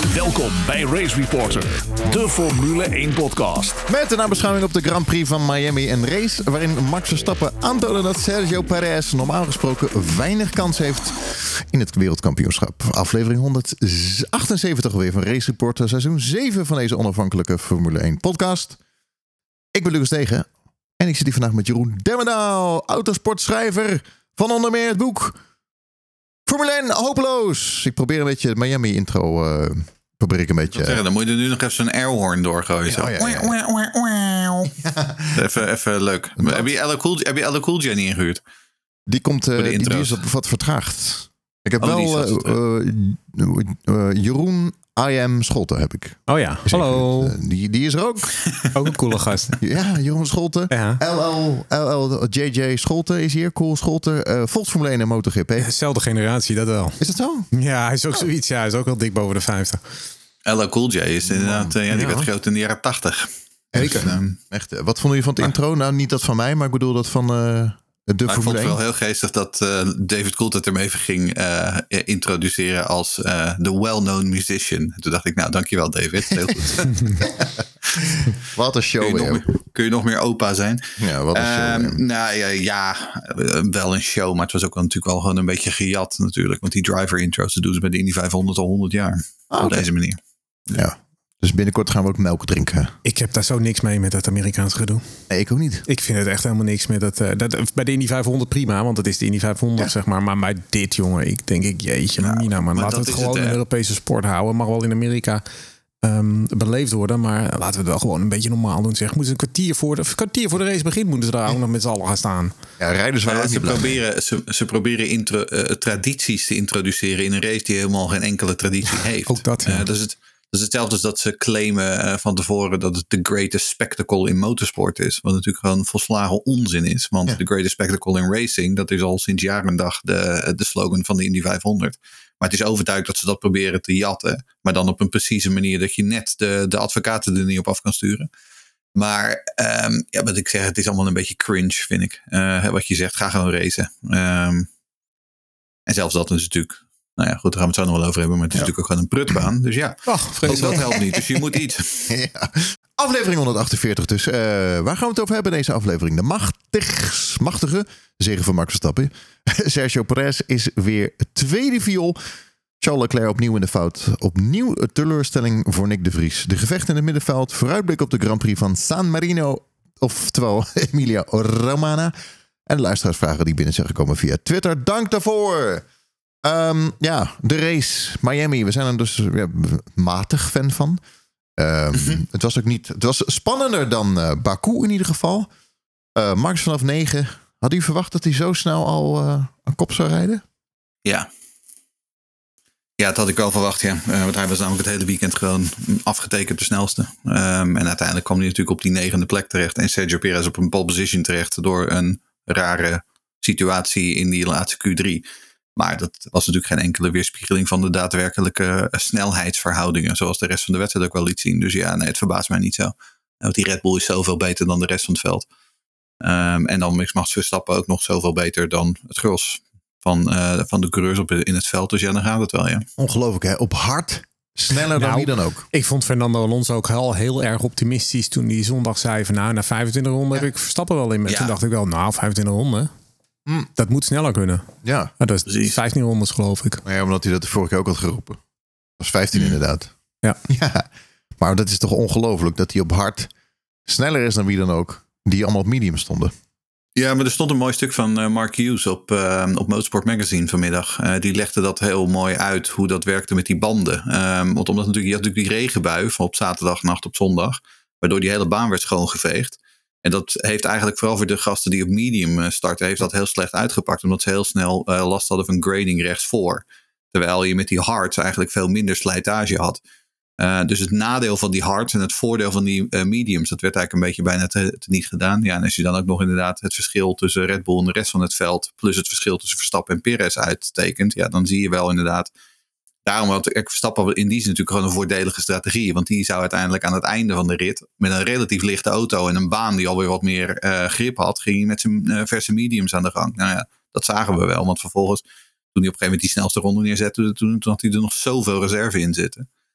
Welkom bij Race Reporter, de Formule 1 podcast. Met een nabeschouwing op de Grand Prix van Miami, een race waarin Max Verstappen aantoonde dat Sergio Perez normaal gesproken weinig kans heeft in het wereldkampioenschap. Aflevering 178 alweer van Race Reporter, seizoen 7 van deze onafhankelijke Formule 1 podcast. Ik ben Lucas Degen en ik zit hier vandaag met Jeroen Demmendaal, autosportschrijver van onder meer het boek Formule 1 Hopeloos. Ik probeer een beetje het Miami intro... Dan moet je er nu nog even zo'n airhorn doorgooien. Zo. Ja. Even leuk. Heb je LL Cool J niet ingehuurd? Die komt, die is wat vertraagd. Ik heb Jeroen I.M. Scholten heb ik. Oh ja, hallo. Die is er ook. Ook een coole gast. Ja, Jeroen Scholten. Ja. JJ Scholten is hier. Cool Scholten. Volgt Formule 1 en MotoGP. Dezelfde generatie, dat wel. Is dat zo? Ja, hij is ook zoiets. Ja, hij is ook wel dik boven de 50. LL Cool J is inderdaad... die werd groot in de jaren 80. Zeker. Echt, wat vonden jullie van het intro? Nou, niet dat van mij, maar ik bedoel dat van... Ik vond het wel heel geestig dat David Coulthard hem even ging introduceren als the well-known musician. En toen dacht ik, nou, dankjewel David. Heel goed. Wat een show. Kun je nog meer opa zijn? Ja, wat een show. Nou wel een show, maar het was ook wel natuurlijk wel gewoon een beetje gejat natuurlijk. Want die driver intro's, dat doen ze bij de Indy 500 al 100 jaar. Op deze manier. Ja. Dus binnenkort gaan we ook melk drinken. Ik heb daar zo niks mee met dat Amerikaanse gedoe. Nee, ik ook niet. Ik vind het echt helemaal niks met dat bij de Indy 500 prima, want dat is de Indy 500, zeg maar. Maar bij dit, jongen, jeetje, Mina, man. Laten we het gewoon in een Europese sport houden. Mag wel in Amerika beleefd worden, maar laten we het wel gewoon een beetje normaal doen. Zeg, moeten een kwartier voor de race begint, moeten ze daar ook nog met z'n allen gaan staan. Ja, rijders waren ze proberen tradities te introduceren in een race die helemaal geen enkele traditie heeft. Ook dat, ja. Dat is hetzelfde als dat ze claimen van tevoren dat het the greatest spectacle in motorsport is. Wat natuurlijk gewoon volslagen onzin is. Want the greatest spectacle in racing, dat is al sinds jaar en dag de slogan van de Indy 500. Maar het is overduidelijk dat ze dat proberen te jatten. Maar dan op een precieze manier dat je net de advocaten er niet op af kan sturen. Maar wat ik zeg, het is allemaal een beetje cringe, vind ik. Wat je zegt, ga gewoon racen. En zelfs dat is natuurlijk... Nou ja, goed, daar gaan we het zo nog wel over hebben. Maar het is natuurlijk ook gewoon een prutbaan. Dus ja, ook dat helpt niet. Dus je moet iets. Ja. Aflevering 148 dus. Waar gaan we het over hebben in deze aflevering? De machtige zege van Max Verstappen. Sergio Perez is weer tweede viool. Charles Leclerc opnieuw in de fout. Opnieuw een teleurstelling voor Nick de Vries. De gevechten in het middenveld. Vooruitblik op de Grand Prix van San Marino. Oftewel Emilia Romagna. En de luisteraarsvragen die binnen zijn gekomen via Twitter. Dank daarvoor. De race Miami. We zijn er dus matig fan van. Het was ook niet. Het was spannender dan Baku in ieder geval. Max vanaf 9. Had u verwacht dat hij zo snel al aan kop zou rijden? Ja. Ja, dat had ik wel verwacht, ja. Want hij was namelijk het hele weekend gewoon afgetekend de snelste. En uiteindelijk kwam hij natuurlijk op die 9e plek terecht. En Sergio Perez op een pole position terecht door een rare situatie in die laatste Q3. Maar dat was natuurlijk geen enkele weerspiegeling van de daadwerkelijke snelheidsverhoudingen. Zoals de rest van de wedstrijd ook wel liet zien. Dus ja, nee, het verbaast mij niet zo. Want die Red Bull is zoveel beter dan de rest van het veld. En dan is Max Verstappen ook nog zoveel beter dan het gros van de coureurs in het veld. Dus ja, dan gaat het wel, ja. Ongelooflijk, hè? Op hard. Sneller dan wie dan ook. Ik vond Fernando Alonso ook heel erg optimistisch toen hij zondag zei van na 25 ronden heb ik Verstappen wel in. Toen dacht ik wel, 25 ronden. Dat moet sneller kunnen. Ja, maar dat is 15 rondes, geloof ik. Ja, omdat hij dat de vorige keer ook had geroepen. Dat was 15 inderdaad. Ja. Maar dat is toch ongelooflijk dat hij op hard sneller is dan wie dan ook. Die allemaal op medium stonden. Ja, maar er stond een mooi stuk van Mark Hughes op Motorsport Magazine vanmiddag. Die legde dat heel mooi uit hoe dat werkte met die banden. Want omdat je had natuurlijk die regenbui van op zaterdagnacht op zondag. Waardoor die hele baan werd schoongeveegd. En dat heeft eigenlijk vooral voor de gasten die op medium starten, heeft dat heel slecht uitgepakt. Omdat ze heel snel last hadden van grading rechtsvoor. Terwijl je met die hards eigenlijk veel minder slijtage had. Dus het nadeel van die hards en het voordeel van die mediums, dat werd eigenlijk een beetje bijna te niet gedaan. Ja, en als je dan ook nog inderdaad het verschil tussen Red Bull en de rest van het veld, plus het verschil tussen Verstappen en Perez uittekent, ja, dan zie je wel inderdaad. Daarom had Verstappen in die zin natuurlijk gewoon een voordelige strategie. Want die zou uiteindelijk aan het einde van de rit met een relatief lichte auto en een baan die alweer wat meer grip had, ging hij met zijn verse mediums aan de gang. Nou ja, dat zagen we wel. Want vervolgens, toen hij op een gegeven moment die snelste ronde neerzette, toen had hij er nog zoveel reserve in zitten.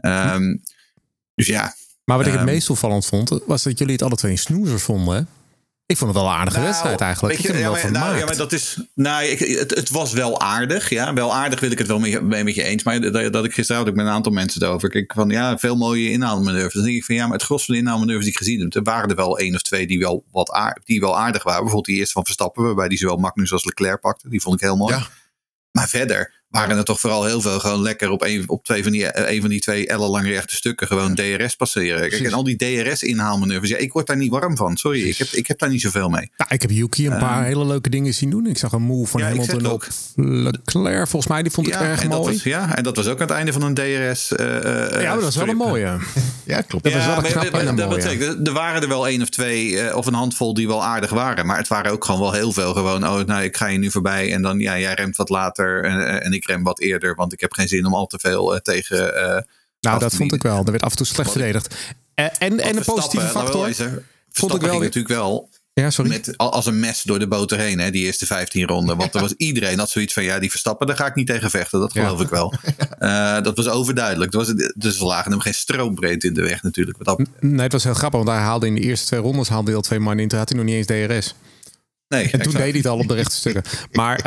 Dus ja. Maar wat ik het meest opvallend vond, was dat jullie het alle twee een snoezer vonden. Hè? Ik vond het wel een aardige wedstrijd eigenlijk. Ik heb het wel vermaakt. Maar dat is... het was wel aardig. Ja, wel aardig wil ik het wel met je eens. Maar dat ik gisteravond ook met een aantal mensen erover. Kijk, van veel mooie inhaalmanoeuvres. Dan denk ik van maar het gros van de inhaalmanoeuvres die ik gezien heb, er waren er wel 1 of 2 die wel aardig waren. Bijvoorbeeld die eerste van Verstappen, waarbij die zowel Magnus als Leclerc pakte. Die vond ik heel mooi. Ja. Maar verder waren er toch vooral heel veel gewoon lekker op een van die 2 ellenlange rechte stukken gewoon DRS passeren. Kijk, en al die DRS-inhaalmanoeuvres. Ja, ik word daar niet warm van. Sorry, ik heb daar niet zoveel mee. Ja, ik heb Yuki een paar hele leuke dingen zien doen. Ik zag een move van Hamilton op Leclerc. Volgens mij, die vond ik erg mooi. En dat was ook aan het einde van een DRS. Ja, dat was wel een mooie. Ja, klopt. Dat was wel een knap en een mooie. Er waren er wel 1 of 2 of een handvol die wel aardig waren. Maar het waren ook gewoon wel heel veel gewoon. Ik ga je nu voorbij en dan jij remt wat later en ik rem wat eerder, want ik heb geen zin om al te veel tegen... dat vond ik wel. Er werd af en toe slecht verdedigd. En de positieve factor vond ik wel natuurlijk wel... Ja, sorry. Als een mes door de boter heen, hè, die eerste 15 ronden. Want er was iedereen had zoiets van, die Verstappen, daar ga ik niet tegen vechten. Dat geloof ik wel. Dat was overduidelijk. Dus ze lagen hem geen stroombreed in de weg natuurlijk. Nee, het was heel grappig, want hij haalde in de eerste 2 rondes hij al 2 man in. Toen had hij nog niet eens DRS. Nee, en toen deed hij het al op de rechte stukken. Maar...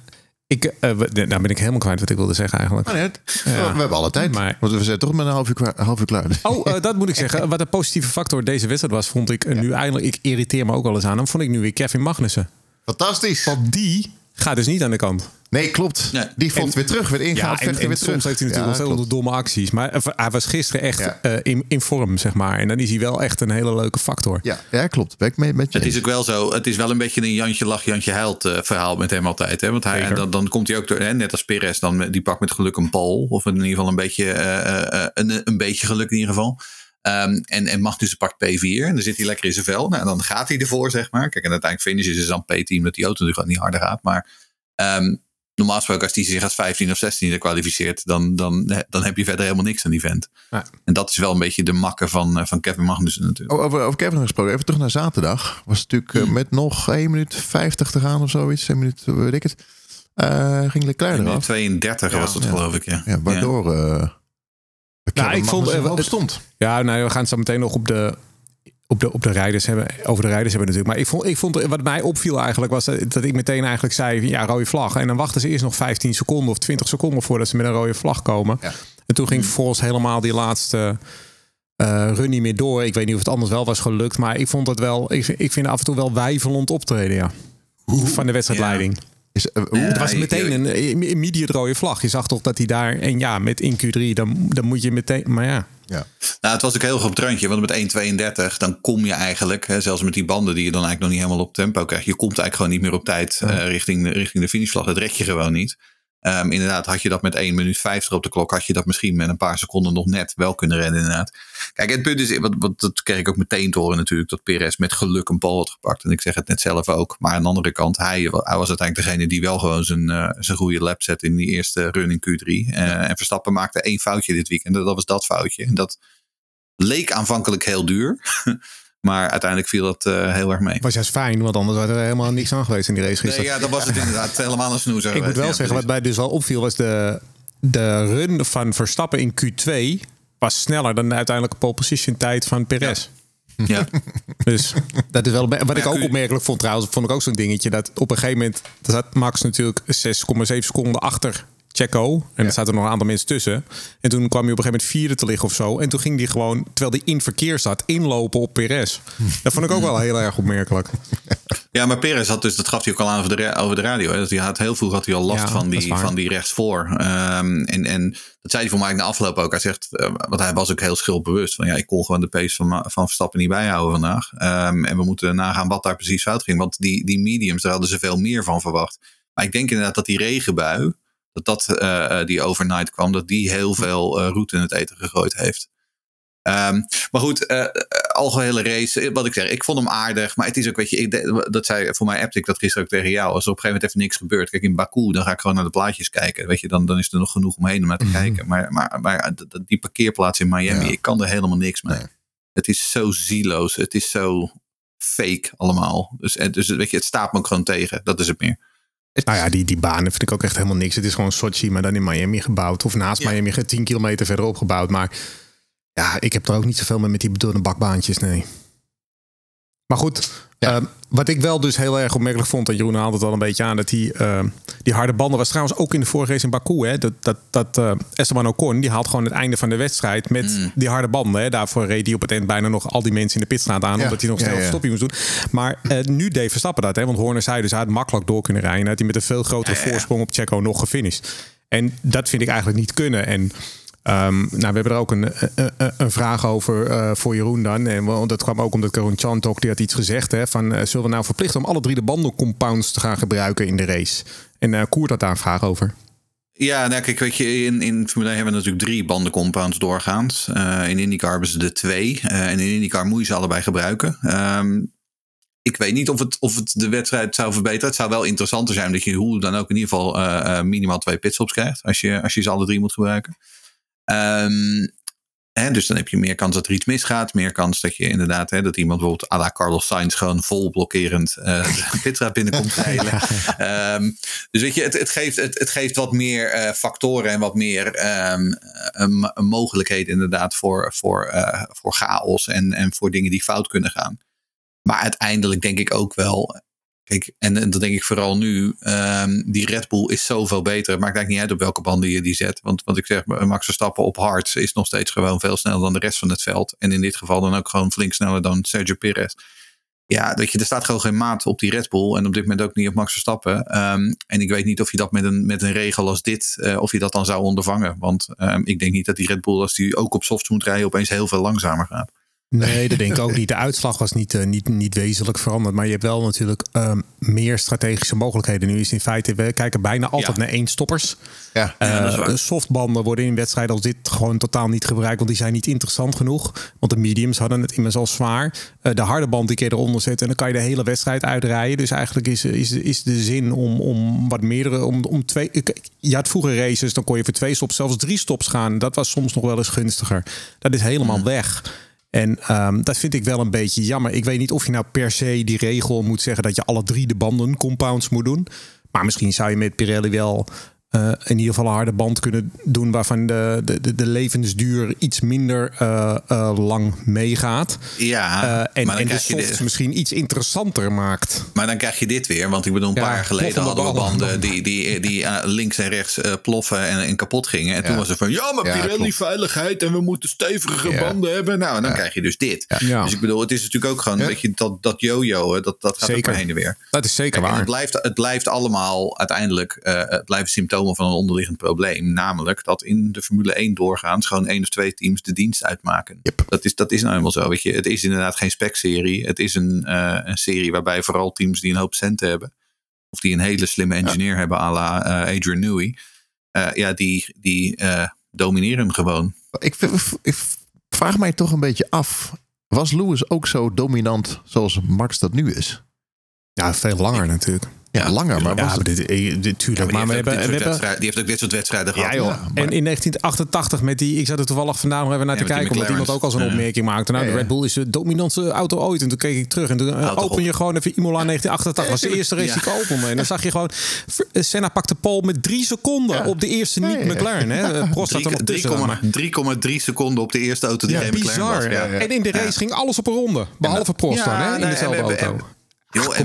nou ben ik helemaal kwijt wat ik wilde zeggen eigenlijk. We hebben alle tijd. Want we zijn toch met een half uur klaar. Dat moet ik zeggen. Wat een positieve factor deze wedstrijd was, vond ik nu eindelijk... Ik irriteer me ook wel eens aan hem. Vond ik nu weer Kevin Magnussen. Fantastisch. Want die gaat dus niet aan de kant. Nee, klopt. Nee. Die valt weer terug. Weer ingehaald, vecht weer terug. Soms heeft hij natuurlijk wel veel domme acties. Maar hij was gisteren echt in vorm, zeg maar. En dan is hij wel echt een hele leuke factor. Ja, klopt. Ben ik mee met je. Het is ook wel zo. Het is wel een beetje een Jantje lach, Jantje huilt verhaal met hem altijd. Hè? Want dan komt hij ook door, net als Perez, die pakt met geluk een pole. Of in ieder geval een beetje geluk in ieder geval. En Magnussen pakt P4 en dan zit hij lekker in zijn vel. Nou, dan gaat hij ervoor, zeg maar. Kijk, en uiteindelijk finish is dan P10 dat die auto natuurlijk niet harder gaat. Maar normaal gesproken, als die zich als 15 of 16 kwalificeert, dan heb je verder helemaal niks aan die vent. Ja. En dat is wel een beetje de makker van Kevin Magnussen natuurlijk. Over Kevin gesproken, even terug naar zaterdag. Was natuurlijk met nog 1 minuut 50 te gaan of zoiets. 1 minuut, weet ik het. Ging Leclerc eraf. 32 was dat, geloof ik. Ja. Waardoor... ik vond het stond. Ja, we gaan het zo meteen nog op de rijders hebben, over de rijders hebben natuurlijk. Maar ik vond wat mij opviel eigenlijk was dat ik meteen eigenlijk zei rode vlag. En dan wachten ze eerst nog 15 seconden of 20 seconden voordat ze met een rode vlag komen. Ja. En toen ging vervolgens helemaal die laatste run niet meer door. Ik weet niet of het anders wel was gelukt, maar ik vond het wel. Ik vind af en toe wel weifelend optreden, van de wedstrijdleiding. Het was meteen een immediate rode vlag. Je zag toch dat hij daar... En met in Q3, dan moet je meteen... Maar ja. Nou, het was ook heel erg op het randje. Want met 1.32, dan kom je eigenlijk... zelfs met die banden die je dan eigenlijk nog niet helemaal op tempo krijgt... je komt eigenlijk gewoon niet meer op tijd richting de finishvlag. Dat red je gewoon niet. Inderdaad, had je dat met 1 minuut 50 op de klok... had je dat misschien met een paar seconden nog net wel kunnen redden inderdaad. Kijk, het punt is, dat kreeg ik ook meteen te horen natuurlijk... dat Perez met geluk een pole had gepakt. En ik zeg het net zelf ook. Maar aan de andere kant, hij was uiteindelijk degene... die wel gewoon zijn goede lap zette in die eerste run in Q3. En Verstappen maakte 1 foutje dit weekend. Dat was dat foutje. En dat leek aanvankelijk heel duur... Maar uiteindelijk viel dat heel erg mee. Was juist fijn, want anders was er helemaal niks aan geweest in die race gisteren. Nee, dan was het inderdaad helemaal een snoezer. Ik moet wel zeggen, wat mij dus wel opviel... was de run van Verstappen in Q2... was sneller dan de uiteindelijke pole position tijd van Perez. Ja. Dus dat is wel... Wat ik ook opmerkelijk vond trouwens... vond ik ook zo'n dingetje... dat op een gegeven moment... zat Max natuurlijk 6,7 seconden achter... Checo. En er zaten nog een aantal mensen tussen. En toen kwam hij op een gegeven moment 4e te liggen of zo. En toen ging hij gewoon, terwijl hij in verkeer zat, inlopen op Perez. Dat vond ik ook wel heel erg opmerkelijk. Ja, maar Perez had dus, dat gaf hij ook al aan over de radio. Hè, dat hij heel vroeg had hij al last van die rechtsvoor. En dat zei hij voor mij na afloop ook. Hij zegt, want hij was ook heel schuldbewust. Van ik kon gewoon de pace van Verstappen niet bijhouden vandaag. En we moeten nagaan wat daar precies fout ging. Want die mediums, daar hadden ze veel meer van verwacht. Maar ik denk inderdaad dat die regenbui... die overnight kwam, dat die heel veel roet in het eten gegooid heeft. Maar goed, algehele race, wat ik zeg, ik vond hem aardig, maar het is ook, weet je, dat zei voor mij appte ik dat gisteren ook tegen jou, als er op een gegeven moment even niks gebeurt. Kijk, in Baku, dan ga ik gewoon naar de plaatjes kijken, weet je, dan is er nog genoeg omheen om naar te kijken. Maar die parkeerplaats in Miami, ik kan er helemaal niks mee. Nee. Het is zo zieloos, het is zo fake allemaal. Dus weet je, het staat me ook gewoon tegen, dat is het meer. Nou ja, die banen vind ik ook echt helemaal niks. Het is gewoon Sochi, maar dan in Miami gebouwd. Of naast Miami 10 kilometer verderop gebouwd. Maar ja, ik heb er ook niet zoveel mee met die bedoelde bakbaantjes, nee. Maar goed, wat ik wel dus heel erg opmerkelijk vond... en Jeroen haalde het al een beetje aan... dat die harde banden was trouwens ook in de vorige race in Baku. Hè, dat Esteban Ocon, die haalt gewoon het einde van de wedstrijd... met die harde banden. Hè. Daarvoor reed hij op het eind bijna nog al die mensen in de pitstraat aan... omdat hij nog snel een stopje moest doen. Maar nu deed Verstappen dat. Hè, want Horner zei dus, hij had makkelijk door kunnen rijden... en had hij met een veel grotere voorsprong op Checo nog gefinished. En dat vind ik eigenlijk niet kunnen. En we hebben er ook een vraag over voor Jeroen dan. En dat kwam ook omdat Karun Chandhok, die had iets gezegd. Hè, van, zullen we nou verplichten om alle 3 de bandencompounds te gaan gebruiken in de race? En Koert had daar een vraag over. Ja, nou kijk, weet je, in Formule 1 hebben we natuurlijk 3 bandencompounds doorgaans. In IndyCar hebben ze er 2. En in IndyCar moet je ze allebei gebruiken. Ik weet niet of het de wedstrijd zou verbeteren. Het zou wel interessanter zijn dat je hoe dan ook in ieder geval minimaal 2 pitstops krijgt. Als je ze alle 3 moet gebruiken. Dus dan heb je meer kans dat er iets misgaat. Meer kans dat je inderdaad, dat iemand bijvoorbeeld à la Carlos Sainz gewoon vol blokkerend de pitstraat binnenkomt rijden. Dus weet je, het geeft wat meer factoren en wat meer mogelijkheden inderdaad voor chaos en voor dingen die fout kunnen gaan. Maar uiteindelijk denk ik ook wel... Kijk, en dat denk ik vooral nu. Die Red Bull is zoveel beter. Het maakt eigenlijk niet uit op welke banden je die zet. Want wat ik zeg, Max Verstappen op hards is nog steeds gewoon veel sneller dan de rest van het veld. En in dit geval dan ook gewoon flink sneller dan Sergio Perez. Ja, er staat gewoon geen maat op die Red Bull. En op dit moment ook niet op Max Verstappen. En ik weet niet of je dat met een regel als dit, of je dat dan zou ondervangen. Want ik denk niet dat die Red Bull, als die ook op softs moet rijden, opeens heel veel langzamer gaat. Nee, dat denk ik ook niet. De uitslag was niet wezenlijk veranderd. Maar je hebt wel natuurlijk meer strategische mogelijkheden. Nu is in feite, we kijken bijna altijd naar 1 stoppers. Softbanden worden in wedstrijden als dit gewoon totaal niet gebruikt. Want die zijn niet interessant genoeg. Want de mediums hadden het immers al zwaar. De harde band die kun je eronder zetten. En dan kan je de hele wedstrijd uitrijden. Dus eigenlijk is de zin om wat meerdere... om 2. Je had vroeger races, dan kon je voor 2 stops, zelfs 3 stops gaan. Dat was soms nog wel eens gunstiger. Dat is helemaal weg. En dat vind ik wel een beetje jammer. Ik weet niet of je nou per se die regel moet zeggen... dat je alle 3 de bandencompounds moet doen. Maar misschien zou je met Pirelli wel... in ieder geval een harde band kunnen doen... waarvan de levensduur iets minder lang meegaat. Ja, en de softs misschien iets interessanter maakt. Maar dan krijg je dit weer. Want ik bedoel, een paar jaar geleden hadden we banden... die links en rechts ploffen en kapot gingen. En toen was het van... ja, maar Pirelli veiligheid... en we moeten stevige banden hebben. Nou, en dan krijg je dus dit. Ja. Dus ik bedoel, het is natuurlijk ook gewoon... weet je, dat yo-yo, dat gaat zeker ook maar heen en weer. Dat is zeker waar. Het blijft allemaal uiteindelijk... het blijven symptomen van een onderliggend probleem. Namelijk dat in de Formule 1 doorgaans gewoon 1 of 2 teams de dienst uitmaken. Yep. Dat is nou helemaal zo. Weet je. Het is inderdaad geen spec-serie. Het is een serie waarbij vooral teams die een hoop centen hebben. Of die een hele slimme engineer hebben à la Adrian Newey. Die domineren gewoon. Ik vraag mij toch een beetje af. Was Lewis ook zo dominant zoals Max dat nu is? Ja, veel langer natuurlijk. Ja, langer, maar was tuurlijk. Maar die heeft ook dit soort wedstrijden gehad. Ja, joh. En in 1988 met die... Ik zat er toevallig vandaan nog even naar te kijken... omdat iemand ook al zo'n opmerking maakte. Nou, de Red Bull is de dominantste auto ooit. En toen keek ik terug. En toen open je gewoon even Imola 1988. was de eerste race die ik opende. En dan zag je gewoon... Senna pakte pole met 3 seconden op de eerste niet-McLaren. Hè. Prost zat er nog tussen. 3,3 seconden op de eerste auto die geen McLaren was. Ja. En in de race ging alles op een ronde. Behalve Prost dan, hè, in dezelfde auto. En in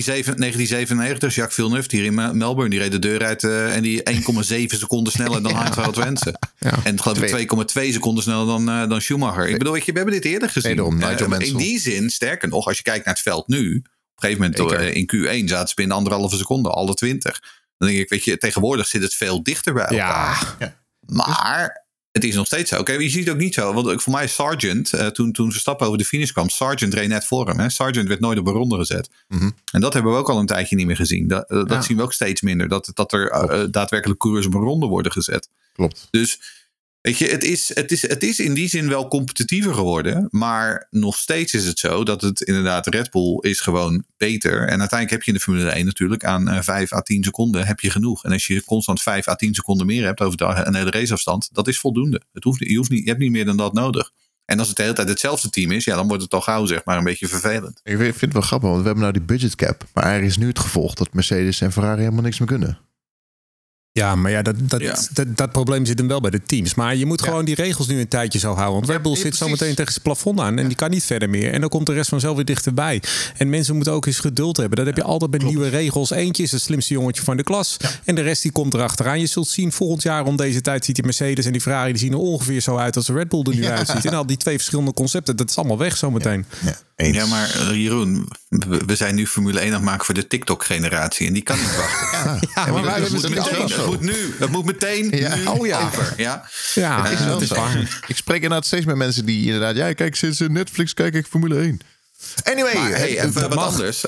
1997, Jacques Villeneuve hier in Melbourne, die reed de deur uit en die 1,7 seconden sneller dan Heinz Wensen. En geloof ik 2,2 seconden sneller dan Schumacher. Ik bedoel, we hebben dit eerder gezien. In die zin, sterker nog, als je kijkt naar het veld nu, op een gegeven moment in Q1 zaten ze binnen 1,5 seconde, alle 20. Dan denk ik, weet je, tegenwoordig zit het veel dichter bij elkaar. Ja. Maar het is nog steeds zo. Oké, je ziet het ook niet zo. Want voor mij Sargent, toen Verstappen over de finish kwam... Sargent reed net voor hem. Hè? Sargent werd nooit op een ronde gezet. Mm-hmm. En dat hebben we ook al een tijdje niet meer gezien. Dat zien we ook steeds minder. Dat er daadwerkelijk coureurs op een ronde worden gezet. Klopt. Dus weet je, het is in die zin wel competitiever geworden. Maar nog steeds is het zo dat het inderdaad... Red Bull is gewoon beter. En uiteindelijk heb je in de Formule 1 natuurlijk... aan 5 à 10 seconden heb je genoeg. En als je constant 5 à 10 seconden meer hebt... over een hele raceafstand, dat is voldoende. Je hebt niet meer dan dat nodig. En als het de hele tijd hetzelfde team is, dan wordt het al gauw zeg maar een beetje vervelend. Ik vind het wel grappig, want we hebben nou die budget cap. Maar er is nu het gevolg dat Mercedes en Ferrari helemaal niks meer kunnen. Ja, maar ja, dat probleem zit hem wel bij de teams. Maar je moet gewoon die regels nu een tijdje zo houden. Want Red Bull zit zo meteen tegen zijn plafond aan. En die kan niet verder meer. En dan komt de rest vanzelf weer dichterbij. En mensen moeten ook eens geduld hebben. Dat heb je altijd bij nieuwe regels. Eentje is het slimste jongetje van de klas. Ja. En de rest die komt erachteraan. Je zult zien, volgend jaar om deze tijd ziet die Mercedes en die Ferrari... die zien er ongeveer zo uit als de Red Bull er nu uitziet. En al die twee verschillende concepten, dat is allemaal weg zo meteen. Ja, maar Jeroen, we zijn nu Formule 1 aan het maken voor de TikTok-generatie. En die kan niet wachten. Maar wij hebben het moet meteen nu over. Ja, dat is waar. Ik spreek inderdaad steeds met mensen die inderdaad... Ja, kijk, sinds Netflix kijk ik Formule 1. Anyway. Maar, even wat anders.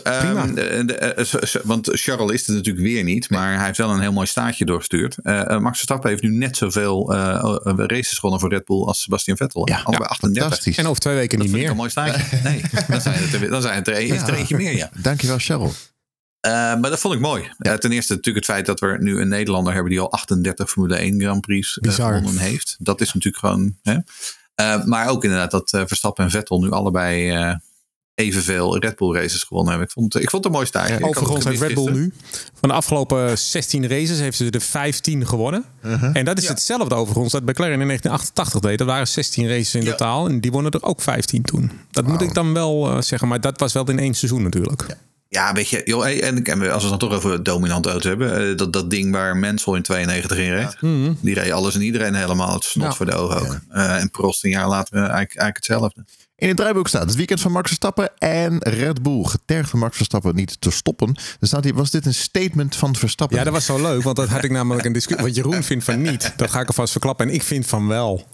Want Charles is het natuurlijk weer niet. Maar hij heeft wel een heel mooi staartje doorgestuurd. Max Verstappen heeft nu net zoveel races gewonnen voor Red Bull als Sebastian Vettel. Ja, bij 38. En over 2 weken niet meer. Een mooi staartje. Nee, dan zijn het er eentje meer. Ja. Dankjewel, Charles. Maar dat vond ik mooi. Ten eerste natuurlijk het feit dat we nu een Nederlander hebben... die al 38 Formule 1 Grand Prix gewonnen heeft. Dat is natuurlijk gewoon... maar ook inderdaad dat Verstappen en Vettel nu allebei... evenveel Red Bull races gewonnen hebben. Ik vond het een mooi staartje. Overigens heeft Red Bull nu van de afgelopen 16 races heeft ze er 15 gewonnen. En dat is hetzelfde overigens dat McLaren in 1988 deed. Dat waren 16 races in totaal. En die wonnen er ook 15 toen. Dat moet ik dan wel zeggen. Maar dat was wel in 1 seizoen natuurlijk. Ja, weet je, joh, en als we het dan toch over dominante auto hebben, dat ding waar Mansell in 92 in reed, die reed alles en iedereen helemaal het snot voor de ogen ook. En Prost een jaar later eigenlijk hetzelfde. In het draaiboek staat het weekend van Max Verstappen en Red Bull. Getergd van Max Verstappen niet te stoppen. Dan staat hier, was dit een statement van Verstappen? Ja, dat was zo leuk, want dat had ik namelijk een discussie. Wat Jeroen vindt van niet, dat ga ik alvast verklappen. En ik vind van wel.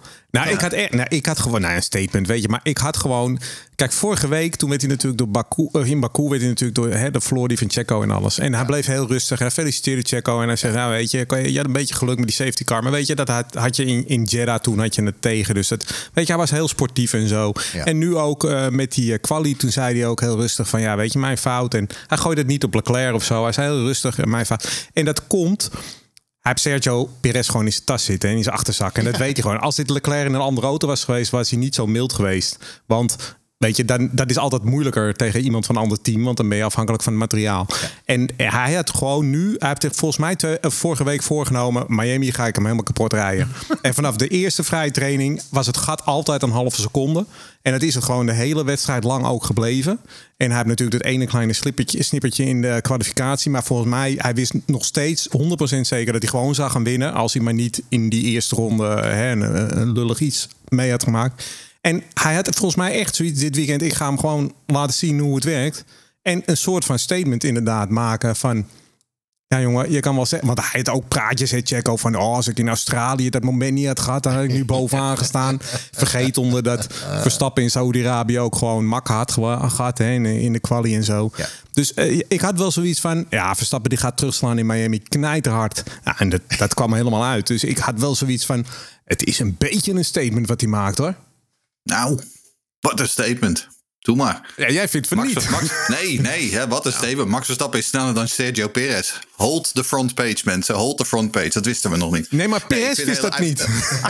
Ik had gewoon een statement, weet je. Maar ik had gewoon... Kijk, vorige week, toen werd hij natuurlijk door Baku... in Baku werd hij natuurlijk door de floor die van Checo en alles. En hij bleef heel rustig. Hij feliciteerde Checo en hij zei... Nou, weet je had een beetje geluk met die safety car. Maar weet je, dat had je in Jeddah toen had je het tegen. Dus dat, weet je, hij was heel sportief en zo. Ja. En nu ook met die quali, toen zei hij ook heel rustig van... Ja, weet je, mijn fout. En hij gooide het niet op Leclerc of zo. Hij zei heel rustig, mijn fout. En dat komt... Hij heeft Sergio Perez gewoon in zijn tas zitten en in zijn achterzak. En dat weet hij gewoon. Als dit Leclerc in een andere auto was geweest, was hij niet zo mild geweest. Want weet je, dat is altijd moeilijker tegen iemand van een ander team. Want dan ben je afhankelijk van het materiaal. Ja. En hij had gewoon nu... Hij heeft volgens mij vorige week voorgenomen... Miami ga ik hem helemaal kapot rijden. En vanaf de eerste vrije training was het gat altijd een halve seconde. En dat is het gewoon de hele wedstrijd lang ook gebleven. En hij heeft natuurlijk dat ene kleine snippertje in de kwalificatie. Maar volgens mij, hij wist nog steeds 100% zeker dat hij gewoon zou gaan winnen. Als hij maar niet in die eerste ronde een lullig iets mee had gemaakt. En hij had volgens mij echt zoiets dit weekend. Ik ga hem gewoon laten zien hoe het werkt. En een soort van statement inderdaad maken van... Ja, jongen, je kan wel zeggen... Want hij had ook praatjes, Checo, van... als ik in Australië dat moment niet had gehad... dan had ik nu bovenaan gestaan. Vergeet onder dat Verstappen in Saudi-Arabië... ook gewoon mak had gehad in de quali en zo. Ja. Dus ik had wel zoiets van... Ja, Verstappen die gaat terugslaan in Miami knijterhard. Ja, en dat kwam helemaal uit. Dus ik had wel zoiets van... Het is een beetje een statement wat hij maakt, hoor. Nou, wat een statement. Doe maar. Ja, jij vindt van niet. Nee, wat een statement. Max Verstappen is sneller dan Sergio Perez. Hold the front page, mensen. Hold the front page. Dat wisten we nog niet. Nee, maar Perez wist dat niet.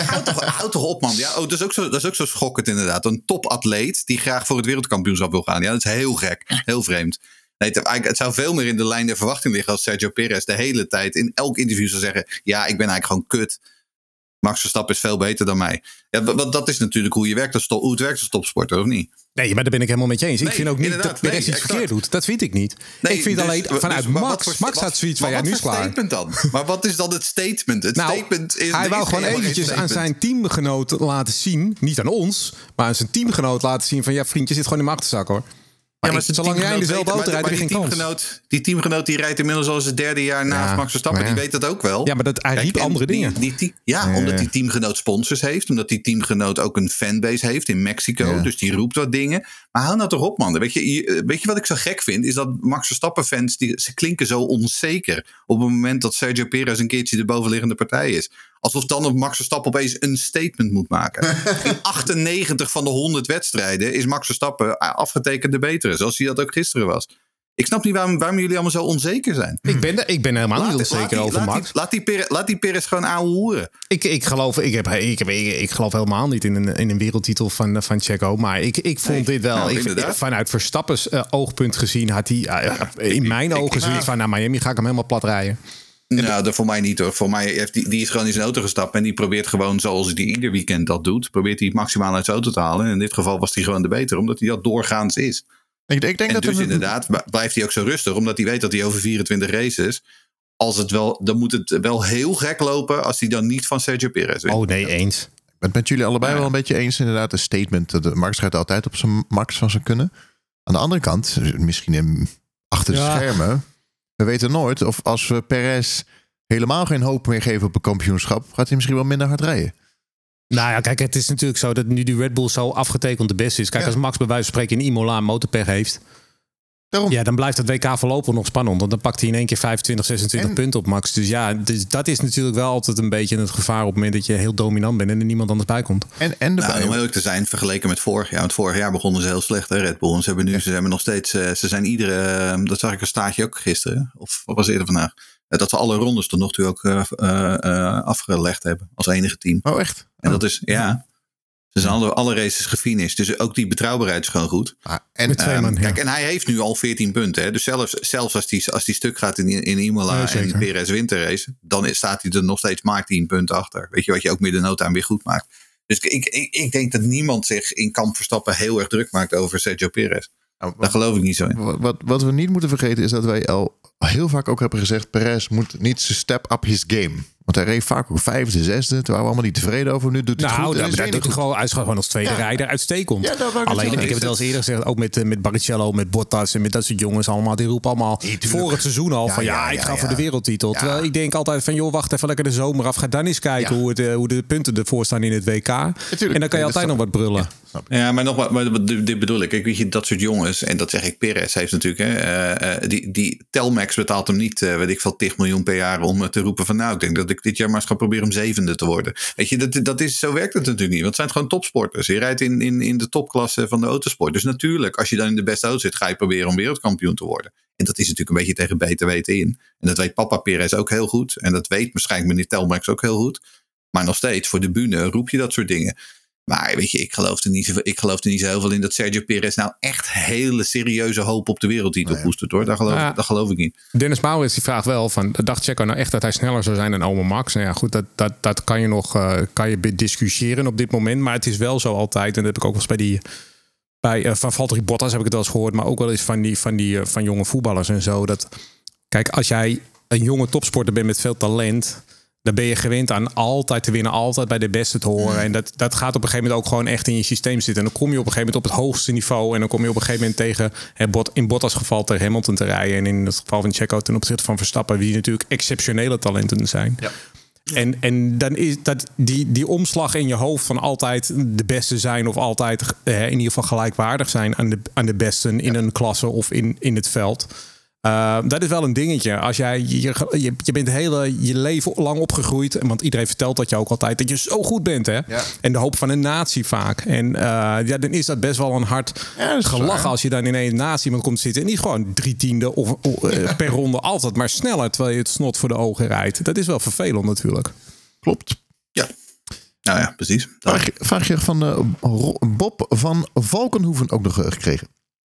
Houd toch op, man. Ja, dat is ook zo schokkend inderdaad. Een topatleet die graag voor het wereldkampioenschap wil gaan. Ja, dat is heel gek. Heel vreemd. Nee, het zou veel meer in de lijn der verwachting liggen... als Sergio Perez de hele tijd in elk interview zou zeggen... Ja, ik ben eigenlijk gewoon kut. Max Verstappen is veel beter dan mij. Ja, dat is natuurlijk hoe het werkt als topsporter, of niet? Nee, maar daar ben ik helemaal met je eens. Ik vind ook niet dat Perez iets verkeerd doet. Dat vind ik niet. Nee, ik vind dus, alleen vanuit Max. Max had zoiets van, nu is klaar. Statement dan? Maar wat is dan het statement? Statement is... Hij wou gewoon eventjes aan zijn teamgenoot laten zien... niet aan ons, maar aan zijn teamgenoot laten zien... van ja, vriend, je zit gewoon in mijn achterzak, hoor. Maar zolang jij in dezelfde auto rijdt, heb je geen kans. Die teamgenoot die rijdt inmiddels al zijn derde jaar naast Max Verstappen. Die weet dat ook wel. Ja, maar hij riep andere dingen. Omdat die teamgenoot sponsors heeft. Omdat die teamgenoot ook een fanbase heeft in Mexico. Ja. Dus die roept wat dingen. Maar hou nou toch op, man. Weet je wat ik zo gek vind? Is dat Max Verstappen fans, ze klinken zo onzeker. Op het moment dat Sergio Perez een keertje de bovenliggende partij is. Alsof dan op Max Verstappen opeens een statement moet maken. In 98 van de 100 wedstrijden is Max Verstappen afgetekend de betere. Zoals hij dat ook gisteren was. Ik snap niet waarom jullie allemaal zo onzeker zijn. Ik ben helemaal niet onzeker over Max. Laat die Perez gewoon aanhoeren. Ik geloof helemaal niet in een wereldtitel van Checo. Maar ik vond dit wel. Vanuit Verstappens oogpunt gezien had hij in mijn ogen zoiets van... naar Miami ga ik hem helemaal plat rijden. Nou, voor mij niet hoor. Voor mij heeft die is gewoon in zijn auto gestapt. En die probeert gewoon, zoals hij ieder weekend dat doet... probeert hij het maximaal uit zijn auto te halen. En in dit geval was hij gewoon de beter. Omdat hij dat doorgaans is. Ik denk en dat dus inderdaad blijft hij ook zo rustig. Omdat hij weet dat hij over 24 races... dan moet het wel heel gek lopen... als hij dan niet van Sergio Perez wint. Oh nee, eens. Ik ben het met jullie allebei wel een beetje eens. Inderdaad, een statement. De Max gaat altijd op zijn max van zijn kunnen. Aan de andere kant, misschien achter de schermen... we weten nooit of als we Perez helemaal geen hoop meer geven op een kampioenschap... gaat hij misschien wel minder hard rijden. Nou ja, kijk, het is natuurlijk zo dat nu die Red Bull zo afgetekend de beste is. Kijk, als Max bij wijze van spreken in Imola motorpech heeft... Daarom. Ja, dan blijft het WK voorlopig nog spannend. Want dan pakt hij in één keer 25, 26 punten op Max. Dus ja, dat is natuurlijk wel altijd een beetje het gevaar... op het moment dat je heel dominant bent en er niemand anders bij komt. Om eerlijk te zijn, vergeleken met vorig jaar. Want vorig jaar begonnen ze heel slecht, hè, Red Bull. En ze hebben nog steeds... ze zijn dat zag ik een staartje ook gisteren. Of was het eerder vandaag. Dat ze alle rondes tot nog toe ook afgelegd hebben. Als enige team. Oh, echt? En dat is, ja... Ze zijn alle races gefinished. Dus ook die betrouwbaarheid is gewoon goed. Kijk, en hij heeft nu al 14 punten. Hè? Dus zelfs als die stuk gaat in Imola en Perez wint de race... dan staat hij er nog steeds maar 10 punten achter. Weet je, wat je ook midden nood aan weer goed maakt. Dus ik denk dat niemand zich in kamp Verstappen heel erg druk maakt over Sergio Perez. Daar geloof ik niet zo in. Wat we niet moeten vergeten is dat wij al heel vaak ook hebben gezegd... Perez moet niet step up his game. Want hij reed vaak ook 5e, 6e. Toen waren we allemaal niet tevreden over. Nu doet hij het goed. Hij is gewoon als tweede rijder uitstekend. Ja, alleen, ik heb het wel eens eerder gezegd... ook met Barrichello, met Bottas en met dat soort jongens allemaal. Die roepen allemaal voor het seizoen al van... ik ga voor de wereldtitel. Ja. Terwijl ik denk altijd van... joh, wacht even lekker de zomer af. Ga dan eens kijken hoe de punten ervoor staan in het WK. Natuurlijk, en dan kan je altijd nog wat brullen. Ja, maar nogmaals, dit bedoel ik. Weet je, dat soort jongens... en dat zeg ik, Perez heeft natuurlijk... die Telmax betaalt hem niet... weet ik veel, 10 miljoen per jaar... om te roepen van... nou, ik denk dat ik dit jaar maar eens ga proberen om 7e te worden. Weet je, zo werkt het natuurlijk niet. Want het zijn gewoon topsporters. Je rijdt in de topklasse van de autosport. Dus natuurlijk, als je dan in de beste auto zit... ga je proberen om wereldkampioen te worden. En dat is natuurlijk een beetje tegen beter weten in. En dat weet papa Perez ook heel goed. En dat weet waarschijnlijk meneer Telmax ook heel goed. Maar nog steeds, voor de bühne roep je dat soort dingen. Maar weet je, ik geloof er niet zo heel veel in dat Sergio Perez nou echt hele serieuze hoop op de wereldtitel koestert, hoor. Dat geloof ik niet. Dennis Maurits die vraagt wel van, dacht Checo nou echt dat hij sneller zou zijn dan oma Max? Nou ja, goed, dat kan je nog discussiëren op dit moment. Maar het is wel zo altijd, en dat heb ik ook wel eens van Valtteri Bottas heb ik het wel eens gehoord, maar ook wel eens van jonge voetballers en zo. Dat, kijk, als jij een jonge topsporter bent met veel talent, dan ben je gewend aan altijd te winnen, altijd bij de beste te horen. En dat gaat op een gegeven moment ook gewoon echt in je systeem zitten. En dan kom je op een gegeven moment op het hoogste niveau. En dan kom je op een gegeven moment tegen, in Bottas geval, tegen Hamilton te rijden. En in het geval van Checo ten opzichte van Verstappen, die natuurlijk exceptionele talenten zijn. Ja. En dan is dat die omslag in je hoofd van altijd de beste zijn of altijd in ieder geval gelijkwaardig zijn aan de besten in een klasse of in het veld. Dat is wel een dingetje. Als je bent je leven lang opgegroeid. Want iedereen vertelt dat je ook altijd dat je zo goed bent. Hè? Ja. En de hoop van een natie vaak. En dan is dat best wel een hard gelach als je dan in een natie iemand komt zitten. En niet gewoon 3/10 of per ronde altijd maar sneller. Terwijl je het snot voor de ogen rijdt. Dat is wel vervelend natuurlijk. Klopt. Ja. Nou ja, precies. Vraagje van Bob van Valkenhoeven ook nog gekregen.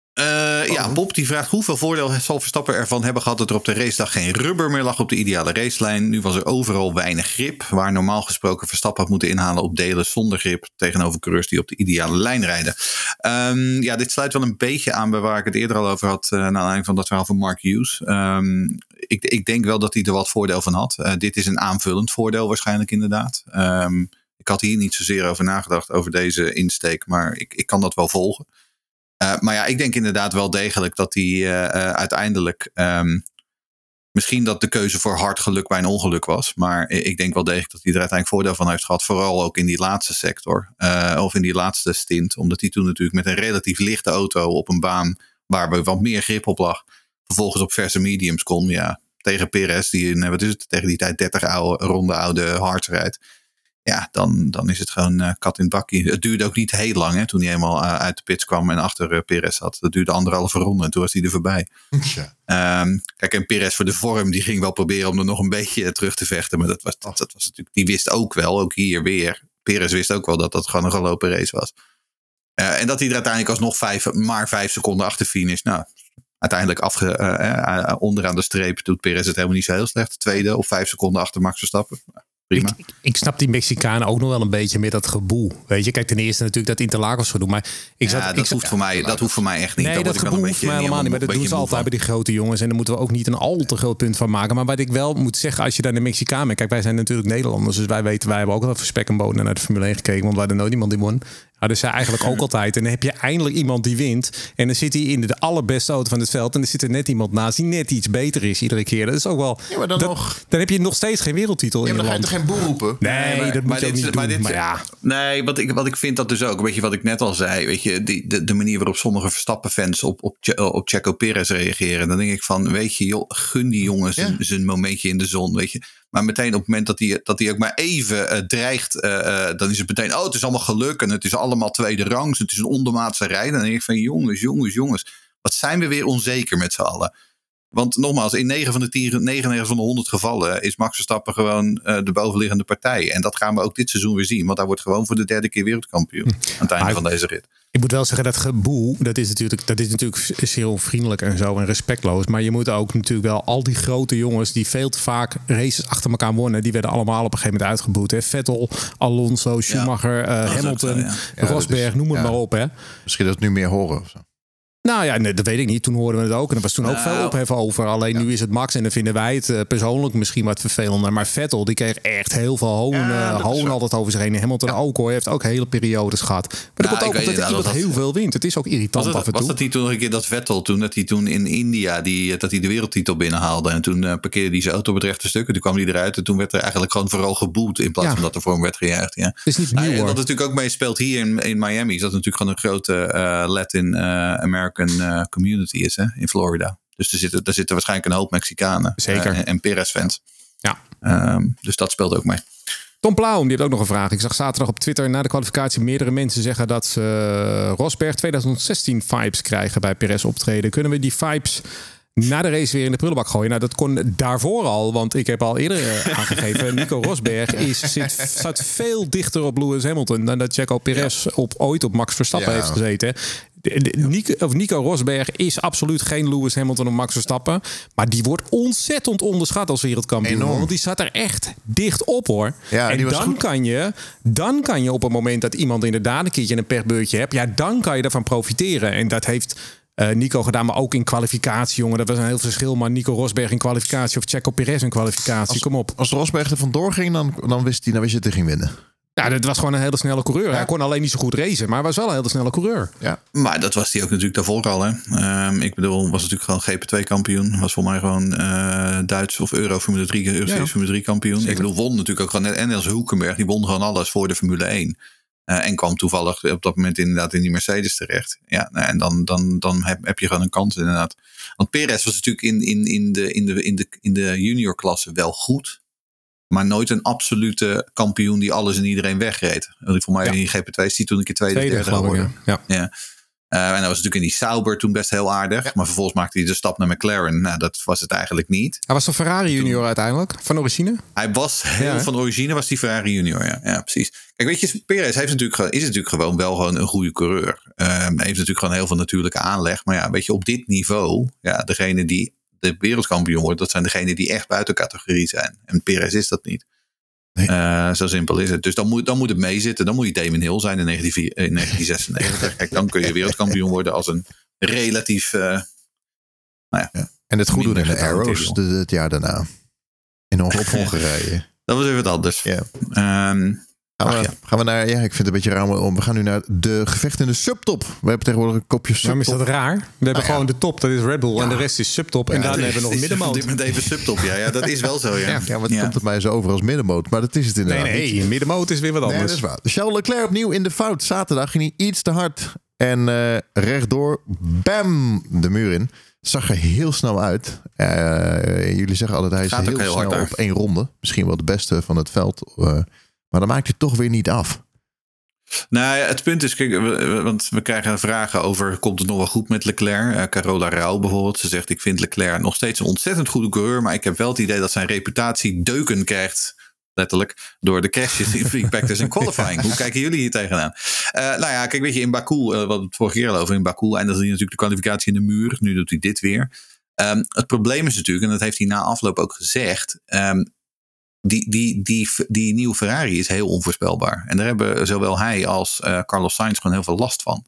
Bob die vraagt hoeveel voordeel zal Verstappen ervan hebben gehad dat er op de racedag geen rubber meer lag op de ideale racelijn. Nu was er overal weinig grip, waar normaal gesproken Verstappen had moeten inhalen op delen zonder grip tegenover coureurs die op de ideale lijn rijden. Dit sluit wel een beetje aan bij waar ik het eerder al over had, naar aanleiding van dat verhaal van Mark Hughes. Ik denk wel dat hij er wat voordeel van had. Dit is een aanvullend voordeel waarschijnlijk inderdaad. Ik had hier niet zozeer over nagedacht over deze insteek, maar ik kan dat wel volgen. Maar ja, ik denk inderdaad wel degelijk dat hij uiteindelijk misschien dat de keuze voor hard geluk bij een ongeluk was. Maar ik denk wel degelijk dat hij er uiteindelijk voordeel van heeft gehad. Vooral ook in die laatste sector. Of in die laatste stint. Omdat hij toen natuurlijk met een relatief lichte auto op een baan waar wat meer grip op lag. Vervolgens op verse mediums kon. Ja, tegen Perez die tegen die tijd 30 ronde oude hards rijdt. Ja, dan is het gewoon kat in het bakkie. Het duurde ook niet heel lang hè, toen hij helemaal uit de pits kwam en achter Perez zat. Dat duurde 1,5 ronde en toen was hij er voorbij. Ja. Kijk, en Perez voor de vorm, die ging wel proberen om er nog een beetje terug te vechten. Maar dat was natuurlijk, die wist ook wel, ook hier weer. Perez wist ook wel dat dat gewoon een gelopen race was. En dat hij er uiteindelijk alsnog maar 5 seconden achter finish. Nou, uiteindelijk onderaan de streep doet Perez het helemaal niet zo heel slecht. Tweede of 5 seconden achter Max Verstappen. Prima. Ik snap die Mexicanen ook nog wel een beetje met dat geboel. Weet je, kijk, ten eerste natuurlijk dat Interlagos gedoe. Maar dat hoeft voor mij echt niet. Nee, dat geboel hoeft mij helemaal niet. Maar dat doen ze altijd bij die grote jongens. En daar moeten we ook niet een al te groot punt van maken. Maar wat ik wel moet zeggen, als je daar de Mexicaan bent. Kijk, wij zijn natuurlijk Nederlanders. Dus wij hebben ook wel voor spek en bonen naar de Formule 1 gekeken. Want we hadden nooit iemand die won. Ja, dus eigenlijk ook altijd. En dan heb je eindelijk iemand die wint. En dan zit hij in de allerbeste auto van het veld. En er zit er net iemand naast die net iets beter is iedere keer. Dat is ook wel... Ja, maar dan heb je nog steeds geen wereldtitel in je land. Dan ga je toch geen boer roepen? Nee, dat moet je ook niet doen. Maar ja. Nee, wat ik vind dat dus ook. Weet je wat ik net al zei. Weet je, de manier waarop sommige Verstappen-fans op Checo Perez reageren. Dan denk ik van, weet je, joh, gun die jongen zijn momentje in de zon. Weet je. Maar meteen op het moment dat hij ook maar even dreigt, dan is het meteen, het is allemaal geluk en het is allemaal tweede rangs. Het is een ondermaatse rij. Dan denk ik van, jongens. Wat zijn we weer onzeker met z'n allen. Want nogmaals, in 99 van de 100 gevallen is Max Verstappen gewoon de bovenliggende partij. En dat gaan we ook dit seizoen weer zien. Want hij wordt gewoon voor de 3e keer wereldkampioen aan het einde van deze rit. Ik moet wel zeggen, dat geboel, dat is natuurlijk heel vriendelijk en zo en respectloos. Maar je moet ook natuurlijk wel al die grote jongens die veel te vaak races achter elkaar wonnen, die werden allemaal op een gegeven moment uitgeboet. Hè? Vettel, Alonso, Schumacher, Hamilton, Rosberg, noem het maar op. Hè? Misschien dat we het nu meer horen of zo. Nou ja, nee, dat weet ik niet. Toen hoorden we het ook. En er was toen ook veel ophef over. Alleen nu is het Max. En dan vinden wij het persoonlijk misschien wat vervelender. Maar Vettel, die kreeg echt heel veel hoon altijd over zich heen. Hamilton ook hoor. Hij heeft ook hele periodes gehad. Maar dat komt ook omdat iemand heel veel wint. Het is ook irritant af en toe. Was dat niet toen nog een keer dat Vettel, dat hij toen in India, dat hij de wereldtitel binnenhaalde. En toen parkeerde hij zijn auto op het rechte stuk. En toen kwam hij eruit. En toen werd er eigenlijk gewoon vooral geboet. In plaats van dat er voor hem werd gejuicht. Ja. Het is niet nieuw hoor. Dat natuurlijk ook meespeelt hier in Miami. Is dat natuurlijk gewoon een grote Latin American community is, hè, in Florida. Dus daar zitten waarschijnlijk een hoop Mexicanen. Zeker. En Perez-fans. Ja. Dus dat speelt ook mee. Tom Plaum, die heeft ook nog een vraag. Ik zag zaterdag op Twitter na de kwalificatie meerdere mensen zeggen dat ze Rosberg 2016 vibes krijgen bij Perez optreden. Kunnen we die vibes na de race weer in de prullenbak gooien? Nou, dat kon daarvoor al, want ik heb al eerder aangegeven, Nico Rosberg staat veel dichter op Lewis Hamilton dan dat Checo Perez ooit op Max Verstappen heeft gezeten. Nico Rosberg is absoluut geen Lewis Hamilton of Max Verstappen. Maar die wordt ontzettend onderschat als wereldkampioen. Enorm. Want die staat er echt dicht op hoor. Ja, en dan kan je op het moment dat iemand inderdaad een keertje een pechbeurtje hebt. Ja, dan kan je daarvan profiteren. En dat heeft Nico gedaan, maar ook in kwalificatie, jongen. Dat was een heel verschil. Maar Nico Rosberg in kwalificatie of Checo Perez in kwalificatie. Kom op. Als Rosberg er vandoor ging, dan wist je dat hij ging winnen. Ja, dat was gewoon een hele snelle coureur. Ja. Hij kon alleen niet zo goed racen, maar hij was wel een hele snelle coureur. Ja. Maar dat was hij ook natuurlijk daarvoor al. Hè. Ik bedoel, was natuurlijk gewoon GP2-kampioen. Was voor mij gewoon Duits of Formule 3 kampioen. Zeker. Ik bedoel, won natuurlijk ook gewoon net. En als Hulkenberg, die won gewoon alles voor de Formule 1. En kwam toevallig op dat moment inderdaad in die Mercedes terecht. Ja, en dan heb je gewoon een kans inderdaad. Want Perez was natuurlijk in de juniorklasse wel goed. Maar nooit een absolute kampioen die alles en iedereen wegreed. Voor mij in GP2 is hij toen een keer tweede derde geworden. Ja. En dat was natuurlijk in die Sauber toen best heel aardig. Ja. Maar vervolgens maakte hij de stap naar McLaren. Nou, dat was het eigenlijk niet. Hij was toch Ferrari junior uiteindelijk? Van origine? Hij was van origine was die Ferrari junior. Ja, precies. Kijk, weet je, Perez is natuurlijk gewoon wel gewoon een goede coureur. Heeft natuurlijk gewoon heel veel natuurlijke aanleg. Maar ja, weet je, op dit niveau, ja, degene die de wereldkampioen wordt, dat zijn degenen die echt buiten categorie zijn. En Perez is dat niet. Nee. Zo simpel is het. Dus dan moet het meezitten. Dan moet je Damon Hill zijn in 1996. Kijk, dan kun je wereldkampioen worden als een relatief... Ja. En het goed doen in de Arrows het jaar daarna. In Hongarije. Dat was even wat anders. Ja. Gaan we naar... Ja, ik vind het een beetje raar. We gaan nu naar de gevecht in de subtop. We hebben tegenwoordig een kopje subtop. Waarom is dat raar? We hebben gewoon de top, dat is Red Bull. Ja. En de rest is subtop. En daarna hebben we nog middenmoot. Met even subtop, ja, dat is wel zo, ja. Ja, maar het komt het mij zo over als middenmoot. Maar dat is het inderdaad niet. Nee, middenmoot is weer wat anders. Nee, dat is waar. Charles Leclerc opnieuw in de fout. Zaterdag ging hij iets te hard. En rechtdoor, bam, de muur in. Zag er heel snel uit. Jullie zeggen altijd, hij is heel snel op 1 ronde. Misschien wel de beste van het veld. Maar dan maakt je toch weer niet af. Nou ja, het punt is, kijk, want we krijgen vragen over, komt het nog wel goed met Leclerc? Carola Rauw bijvoorbeeld, ze zegt, ik vind Leclerc nog steeds een ontzettend goede coureur, maar ik heb wel het idee dat zijn reputatie deuken krijgt, letterlijk, door de crashes in free practice en qualifying. Hoe kijken jullie hier tegenaan? Nou ja, kijk, weet je, in Baku, we hadden het vorige keer al over, in Baku eindigde hij natuurlijk de kwalificatie in de muur, nu doet hij dit weer. Het probleem is natuurlijk, en dat heeft hij na afloop ook gezegd, die nieuwe Ferrari is heel onvoorspelbaar. En daar hebben zowel hij als Carlos Sainz gewoon heel veel last van.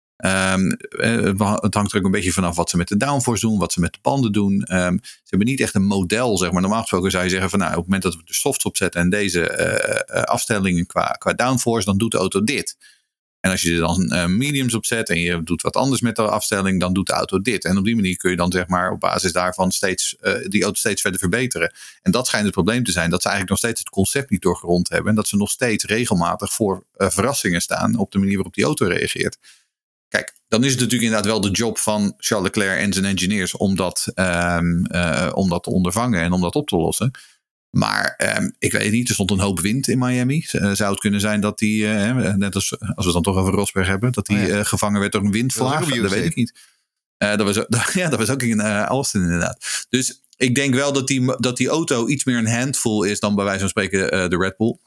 Het hangt er ook een beetje vanaf wat ze met de downforce doen, wat ze met de banden doen. Ze hebben niet echt een model, zeg maar. Normaal gesproken zou je zeggen van, nou, op het moment dat we de softs opzetten en deze afstellingen qua downforce, dan doet de auto dit. En als je er dan mediums op zet en je doet wat anders met de afstelling, dan doet de auto dit. En op die manier kun je dan, zeg maar, op basis daarvan die auto steeds verder verbeteren. En dat schijnt het probleem te zijn, dat ze eigenlijk nog steeds het concept niet doorgerond hebben. En dat ze nog steeds regelmatig voor verrassingen staan op de manier waarop die auto reageert. Kijk, dan is het natuurlijk inderdaad wel de job van Charles Leclerc en zijn engineers om dat te ondervangen en om dat op te lossen. Maar ik weet niet, er stond een hoop wind in Miami. Zou het kunnen zijn dat die, net als we het dan toch over Rosberg hebben, dat die gevangen werd door een windvlaag? Dat weet ik niet. Dat was ook in Austin inderdaad. Dus ik denk wel dat die auto iets meer een handful is dan bij wijze van spreken de Red Bull.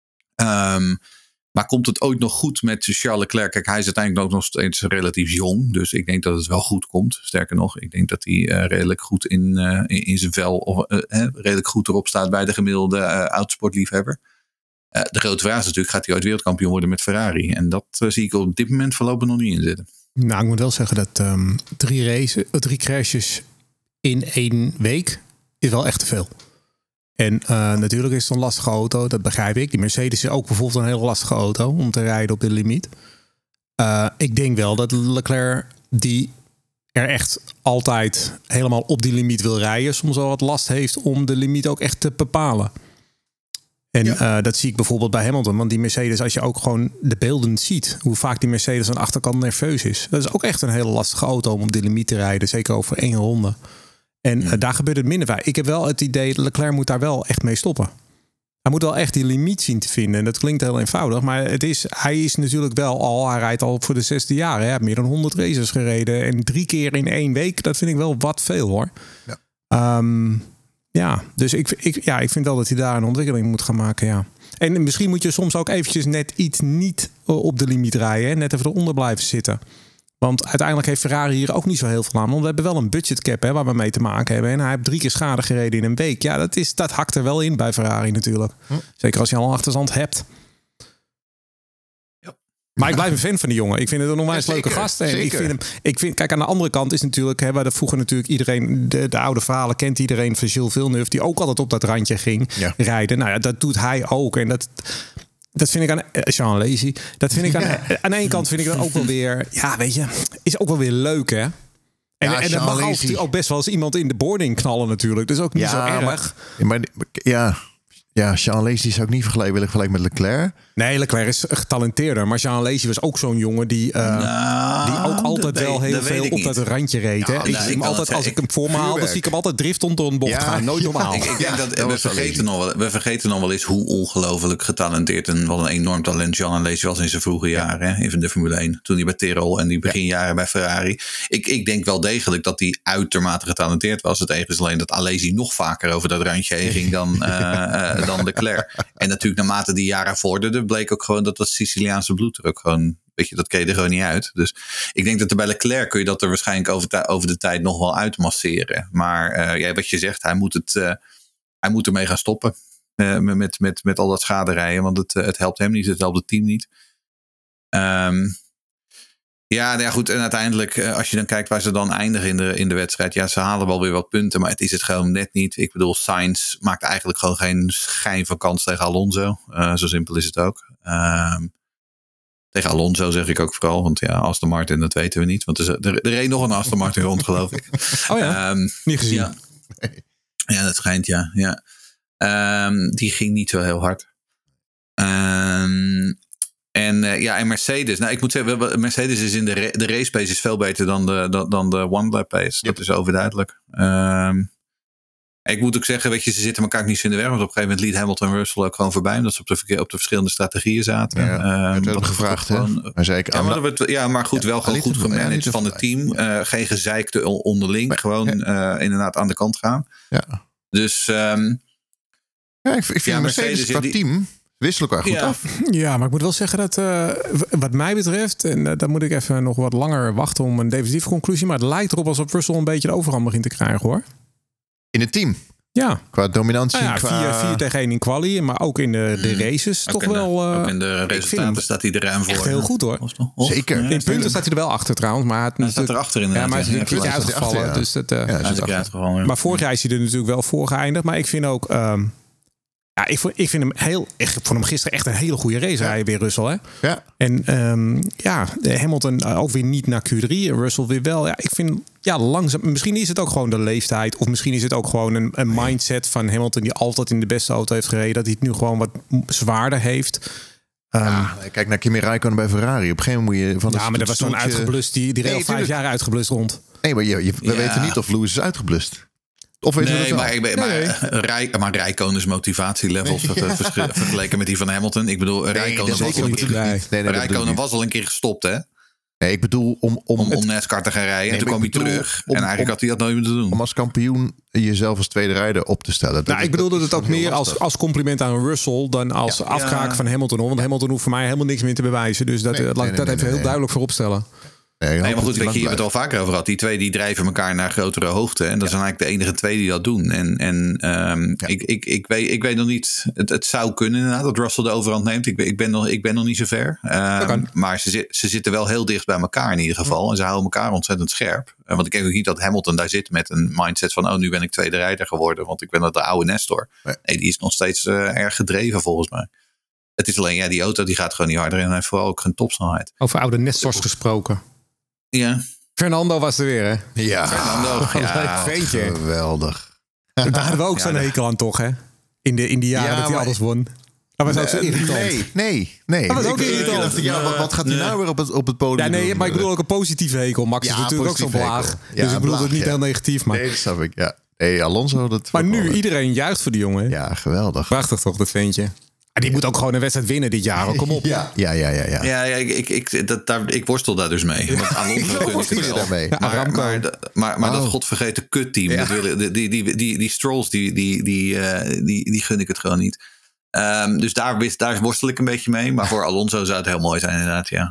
Maar komt het ooit nog goed met Charles Leclerc? Kijk, hij is uiteindelijk ook nog steeds relatief jong. Dus ik denk dat het wel goed komt. Sterker nog, ik denk dat hij redelijk goed in zijn vel, redelijk goed erop staat bij de gemiddelde oudsportliefhebber. De grote vraag is natuurlijk, gaat hij ooit wereldkampioen worden met Ferrari? En dat zie ik op dit moment voorlopig nog niet in zitten. Nou, ik moet wel zeggen dat 3 crashes in 1 week is wel echt te veel. En natuurlijk is het een lastige auto, dat begrijp ik. Die Mercedes is ook bijvoorbeeld een hele lastige auto om te rijden op de limiet. Ik denk wel dat Leclerc, die er echt altijd helemaal op die limiet wil rijden, soms wel wat last heeft om de limiet ook echt te bepalen. En dat zie ik bijvoorbeeld bij Hamilton. Want die Mercedes, als je ook gewoon de beelden ziet, hoe vaak die Mercedes aan de achterkant nerveus is. Dat is ook echt een hele lastige auto om op die limiet te rijden. Zeker over 1 ronde. En daar gebeurt het minder bij. Ik heb wel het idee, Leclerc moet daar wel echt mee stoppen. Hij moet wel echt die limiet zien te vinden. En dat klinkt heel eenvoudig. Maar hij is natuurlijk wel hij rijdt al voor de 6e jaar. Hij heeft meer dan 100 races gereden. En 3 keer in 1 week, dat vind ik wel wat veel hoor. Ja. Dus ik vind wel dat hij daar een ontwikkeling moet gaan maken, ja. En misschien moet je soms ook eventjes net iets niet op de limiet rijden. Hè? Net even eronder blijven zitten. Want uiteindelijk heeft Ferrari hier ook niet zo heel veel aan. Want we hebben wel een budgetcap waar we mee te maken hebben. En hij heeft 3 keer schade gereden in een week. Ja, dat hakt er wel in bij Ferrari natuurlijk. Zeker als je al een achterstand hebt. Ja. Maar ik blijf een fan van die jongen. Ik vind het een onwijs leuke gast. En kijk, aan de andere kant is natuurlijk, waar de vroeger natuurlijk iedereen, de oude verhalen kent iedereen van Gilles Villeneuve, die ook altijd op dat randje ging rijden. Nou ja, dat doet hij ook. En dat vind ik aan Jean Alesi. Dat vind ik aan de ene kant vind ik dat ook wel weer, ja, weet je, is ook wel weer leuk, hè? En dan mag ook best wel eens iemand in de boarding knallen natuurlijk. Dus ook niet zo erg. Ja, Jean Alesi zou ik niet willen vergelijken met Leclerc. Nee, Leclerc is getalenteerder. Maar Jean Alesi was ook zo'n jongen die ook altijd wel heel veel op dat randje reed. Hè? Als ik hem voor me haalde, zie ik hem altijd driftend door een bocht gaan. Nooit normaal. Ik denk dat we vergeten nog wel eens hoe ongelooflijk getalenteerd en wat een enorm talent Jean Alesi was in zijn vroege jaren. Hè? Even de Formule 1. Toen hij bij Tyrrell en die beginjaren bij Ferrari. Ik denk wel degelijk dat hij uitermate getalenteerd was. Het enige is alleen dat Alesi nog vaker over dat randje heen ging dan Leclerc. En natuurlijk naarmate die jaren vorderden, bleek ook gewoon dat Siciliaanse bloed er ook gewoon, weet je, dat keek er gewoon niet uit. Dus ik denk dat er bij Leclerc kun je dat er waarschijnlijk over de tijd nog wel uitmasseren. Maar wat je zegt, hij moet ermee gaan stoppen met al dat schaderijden, want het helpt hem niet, het helpt het team niet. Ja, goed. En uiteindelijk, als je dan kijkt waar ze dan eindigen in de wedstrijd. Ja, ze halen wel weer wat punten, maar het is het gewoon net niet. Ik bedoel, Sainz maakt eigenlijk gewoon geen schijn van kans tegen Alonso. Zo simpel is het ook. Tegen Alonso zeg ik ook vooral. Want ja, Aston Martin, dat weten we niet. Want er reed nog een Aston Martin rond, geloof ik. Oh ja, niet gezien. Ja, dat schijnt, ja. Die ging niet zo heel hard. En Mercedes. Nou, ik moet zeggen, Mercedes is in de race pace is veel beter dan de one lap pace. Dat is overduidelijk. Ik moet ook zeggen, weet je, ze zitten elkaar niet zo in de weg. Want op een gegeven moment liet Hamilton en Russell ook gewoon voorbij. Omdat ze op de verschillende strategieën zaten. Werd gevraagd, hè? Maar zei ik, maar goed, wel gewoon goed gemanaged van het team. Geen gezeik onderling. Gewoon inderdaad aan de kant gaan. Ja. Dus... ik vind Mercedes qua team wisselen elkaar goed af. Ja, maar ik moet wel zeggen dat wat mij betreft... en dan moet ik even nog wat langer wachten om een definitieve conclusie... maar het lijkt erop alsof Russell een beetje de overhand begint te krijgen, hoor. In het team? Ja. Qua dominantie? Nou ja, 4 tegen 1 in quali, maar ook in de races. Ook toch wel... ook in de resultaten staat hij er ruim voor. Echt heel goed, hoor. Zeker. In punten staat hij er wel achter trouwens. Maar hij staat erachter inderdaad. Ja, maar hij is een keertje uitgevallen. Ja. Dus dat, uitgevallen. Maar vorig jaar is hij er natuurlijk wel voor geëindigd. Maar ik vind ook... ik vind hem ik vond hem gisteren echt een hele goede race rijden weer, Russell. Hè? Ja. En Hamilton ook weer niet naar Q3. En Russell weer wel. Ja, ik vind langzaam. Misschien is het ook gewoon de leeftijd. Of misschien is het ook gewoon een mindset van Hamilton die altijd in de beste auto heeft gereden. Dat hij het nu gewoon wat zwaarder heeft. Kijk naar Kimi Räikkönen bij Ferrari. Op een gegeven moment moet je van maar dat was zo'n uitgeblust. Die reed al 5 jaar uitgeblust rond. Nee, maar we weten niet of Lewis is uitgeblust. Of maar Räikkönen's motivatielevels vergeleken met die van Hamilton. Ik bedoel, Räikkönen was al een keer gestopt, hè? Nee, ik bedoel om NASCAR te gaan rijden. En toen kwam hij terug. En eigenlijk had hij dat nooit moeten doen. Om als kampioen jezelf als tweede rijder op te stellen. Ik bedoelde het ook meer als compliment aan Russell dan als afkraken van Hamilton. Want Hamilton hoeft voor mij helemaal niks meer te bewijzen. Dus dat even heel duidelijk voorop stellen. Nee, maar goed, weet je, je hebt het al vaker over gehad. Die twee die drijven elkaar naar grotere hoogte. En dat zijn eigenlijk de enige twee die dat doen. Ik weet nog niet. Het zou kunnen inderdaad dat Russell de overhand neemt. Ik ben nog niet zo ver. Maar ze zitten wel heel dicht bij elkaar in ieder geval. En ze houden elkaar ontzettend scherp. Want ik denk ook niet dat Hamilton daar zit met een mindset van... nu ben ik tweede rijder geworden, want ik ben de oude Nestor. Nee, die is nog steeds erg gedreven volgens mij. Het is alleen, die auto die gaat gewoon niet harder. En hij heeft vooral ook geen topsnelheid. Over oude Nestors gesproken. Ja. Fernando was er weer, hè? Ja. Fernando. Geweldig. Daar hadden we ook zo'n hekel aan, toch, hè? In de jaren dat hij alles won. Dat was ook zo irritant. Nee. Dat was ook irritant. Wat gaat hij nou weer op het podium doen? Maar ik bedoel ook een positieve hekel. Max is natuurlijk ook zo'n blaag. Dus ik bedoel het niet heel negatief. Maar... Nee, dat snap ik, ja. Hey, Alonso, dat... Maar nu, iedereen juicht voor die jongen. Ja, geweldig. Prachtig toch, dat ventje. Die moet ook gewoon een wedstrijd winnen dit jaar. Kom op. Ja. Ik worstel daar dus mee. Want Alonso maar dat godvergeten kutteam. Die Strolls, die gun ik het gewoon niet. Dus daar worstel ik een beetje mee. Maar voor Alonso zou het heel mooi zijn inderdaad, ja.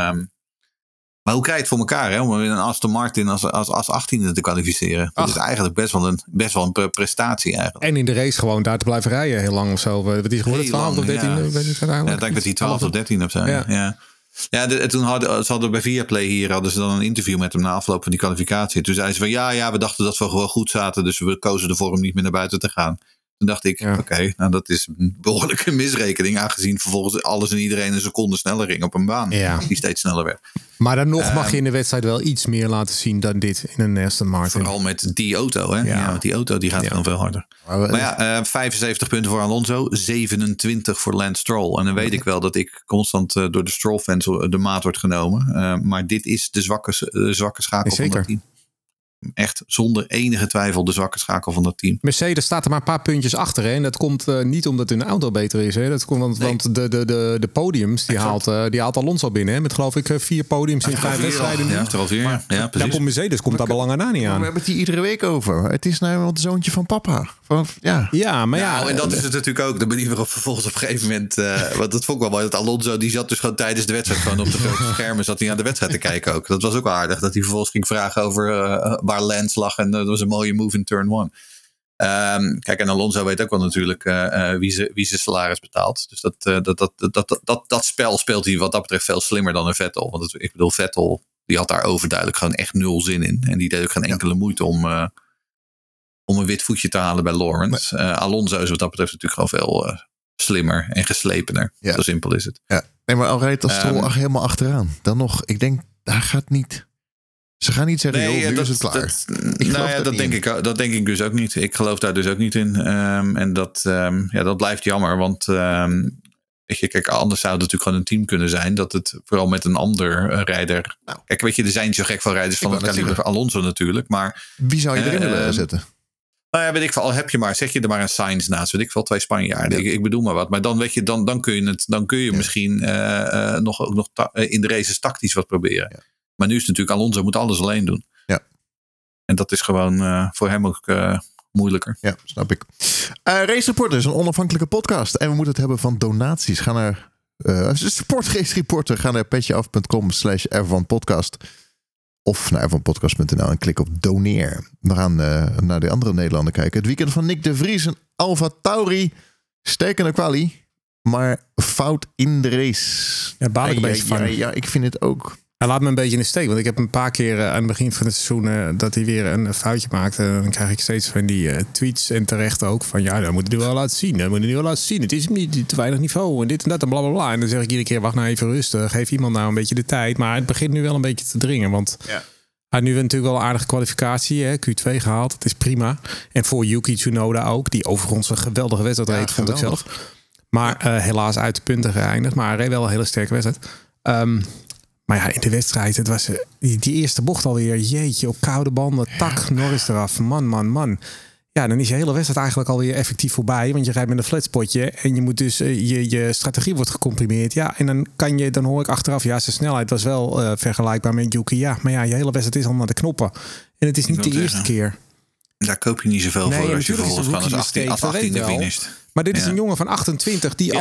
Maar hoe krijg je het voor elkaar, hè? Om een Aston Martin als 18e te kwalificeren? Dat is eigenlijk best wel een prestatie eigenlijk. En in de race gewoon daar te blijven rijden heel lang of zo. Wat is geworden? 12 of 13? Ja, ik denk dat die 12 of 13 op zijn. Ja, toen hadden bij Viaplay hier ze dan een interview met hem na afloop van die kwalificatie. Toen zei ze van we dachten dat we gewoon goed zaten. Dus we kozen ervoor om niet meer naar buiten te gaan. Toen dacht ik, oké, dat is een behoorlijke misrekening. Aangezien vervolgens alles en iedereen een seconde sneller ging op een baan. Ja. Die steeds sneller werd. Maar dan nog mag je in de wedstrijd wel iets meer laten zien dan dit in een Aston Martin. Vooral met die auto, hè? Ja, want die auto die gaat gewoon veel harder. Maar 75 punten voor Alonso, 27 voor Lance Stroll. En dan weet ik wel dat ik constant door de Stroll-fans de maat wordt genomen. Maar dit is de zwakke schakel van dat team. Echt zonder enige twijfel de zwakke schakel van dat team. Mercedes staat er maar een paar puntjes achter. Hè? En dat komt niet omdat hun auto beter is. Hè? Dat komt want de podiums die haalt Alonso binnen. Hè? Met geloof ik 4 podiums in 5 wedstrijden. Ja, heeft er al 4. Ja, precies. Daar komt Mercedes daar belangen na niet aan. We hebben het hier iedere week over. Het is nou het zoontje van papa. En dat is het natuurlijk ook. De manier waarop vervolgens op een gegeven moment... want dat vond ik wel mooi. Dat Alonso, die zat dus gewoon tijdens de wedstrijd... gewoon op de grote schermen zat hij aan de wedstrijd te kijken ook. Dat was ook wel aardig. Dat hij vervolgens ging vragen over... waar Lance lag en dat was een mooie move in turn 1. Kijk, en Alonso weet ook wel natuurlijk wie zijn salaris betaalt. Dus dat spel speelt hij wat dat betreft veel slimmer dan een Vettel. Want ik bedoel, Vettel die had daar overduidelijk gewoon echt 0 zin in. En die deed ook geen enkele moeite om een wit voetje te halen bij Lawrence. Alonso is wat dat betreft natuurlijk gewoon veel slimmer en geslepener. Ja. Zo simpel is het. Ja. Nee, maar al rijdt als Stroll helemaal achteraan. Dan nog, ik denk, daar gaat niet... Ze gaan niet zeggen, nu is het klaar. Dat denk ik dus ook niet. Ik geloof daar dus ook niet in. En dat blijft jammer. Want kijk, anders zou het natuurlijk gewoon een team kunnen zijn. Dat het vooral met een ander rijder... Kijk, weet je, er zijn zo gek van rijders van het kaliber van Alonso natuurlijk. Maar wie zou je erin willen zetten? Nou ja, weet ik veel, al heb je maar, zeg je er maar een Sainz naast, weet ik veel, 2 Spanjaarden. Ja. Ik bedoel maar wat. Maar dan weet je, dan kun je misschien nog in de races tactisch wat proberen. Ja. Maar nu is het natuurlijk, Alonso moet alles alleen doen. Ja. En dat is gewoon voor hem ook moeilijker. Ja, snap ik. Race Reporter is een onafhankelijke podcast. En we moeten het hebben van donaties. Ga naar Sport Race Reporter. Ga naar petjeaf.com/F1podcast. Of naar F1podcast.nl en klik op doneer. We gaan naar de andere Nederlander kijken. Het weekend van Nick de Vries en Alfa Tauri. Sterkende kwalie, maar fout in de race. Ja, baal ik een beetje van. Ja, ik vind het ook. Hij laat me een beetje in de steek. Want ik heb een paar keer aan het begin van het seizoen dat hij weer een foutje maakte. Dan krijg ik steeds van die tweets en terecht ook. Van ja, dat moet hij wel laten zien. Het is hem niet te weinig niveau en dit en dat en blablabla. En dan zeg ik iedere keer, wacht nou even rustig. Geef iemand nou een beetje de tijd. Maar het begint nu wel een beetje te dringen. Want hij heeft nu natuurlijk wel een aardige kwalificatie. Hè? Q2 gehaald. Dat is prima. En voor Yuki Tsunoda ook. Die overigens een geweldige wedstrijd reed, vond ik zelf. Maar helaas uit de punten geëindigd. Maar hij reed wel een hele sterke wedstrijd. Maar ja, in de wedstrijd, het was die eerste bocht alweer. Jeetje, op koude banden, tak, Norris eraf. Man. Ja, dan is je hele wedstrijd eigenlijk alweer effectief voorbij. Want je rijdt met een flatspotje en je moet dus je strategie wordt gecomprimeerd. Ja, en dan hoor ik achteraf, ja, zijn snelheid was wel vergelijkbaar met Yuki. Ja, maar ja, je hele wedstrijd is al naar de knoppen. En het is niet de eerste keer. Daar koop je niet zoveel voor als je vervolgens als 18e finisht. Maar dit is een jongen van 28 die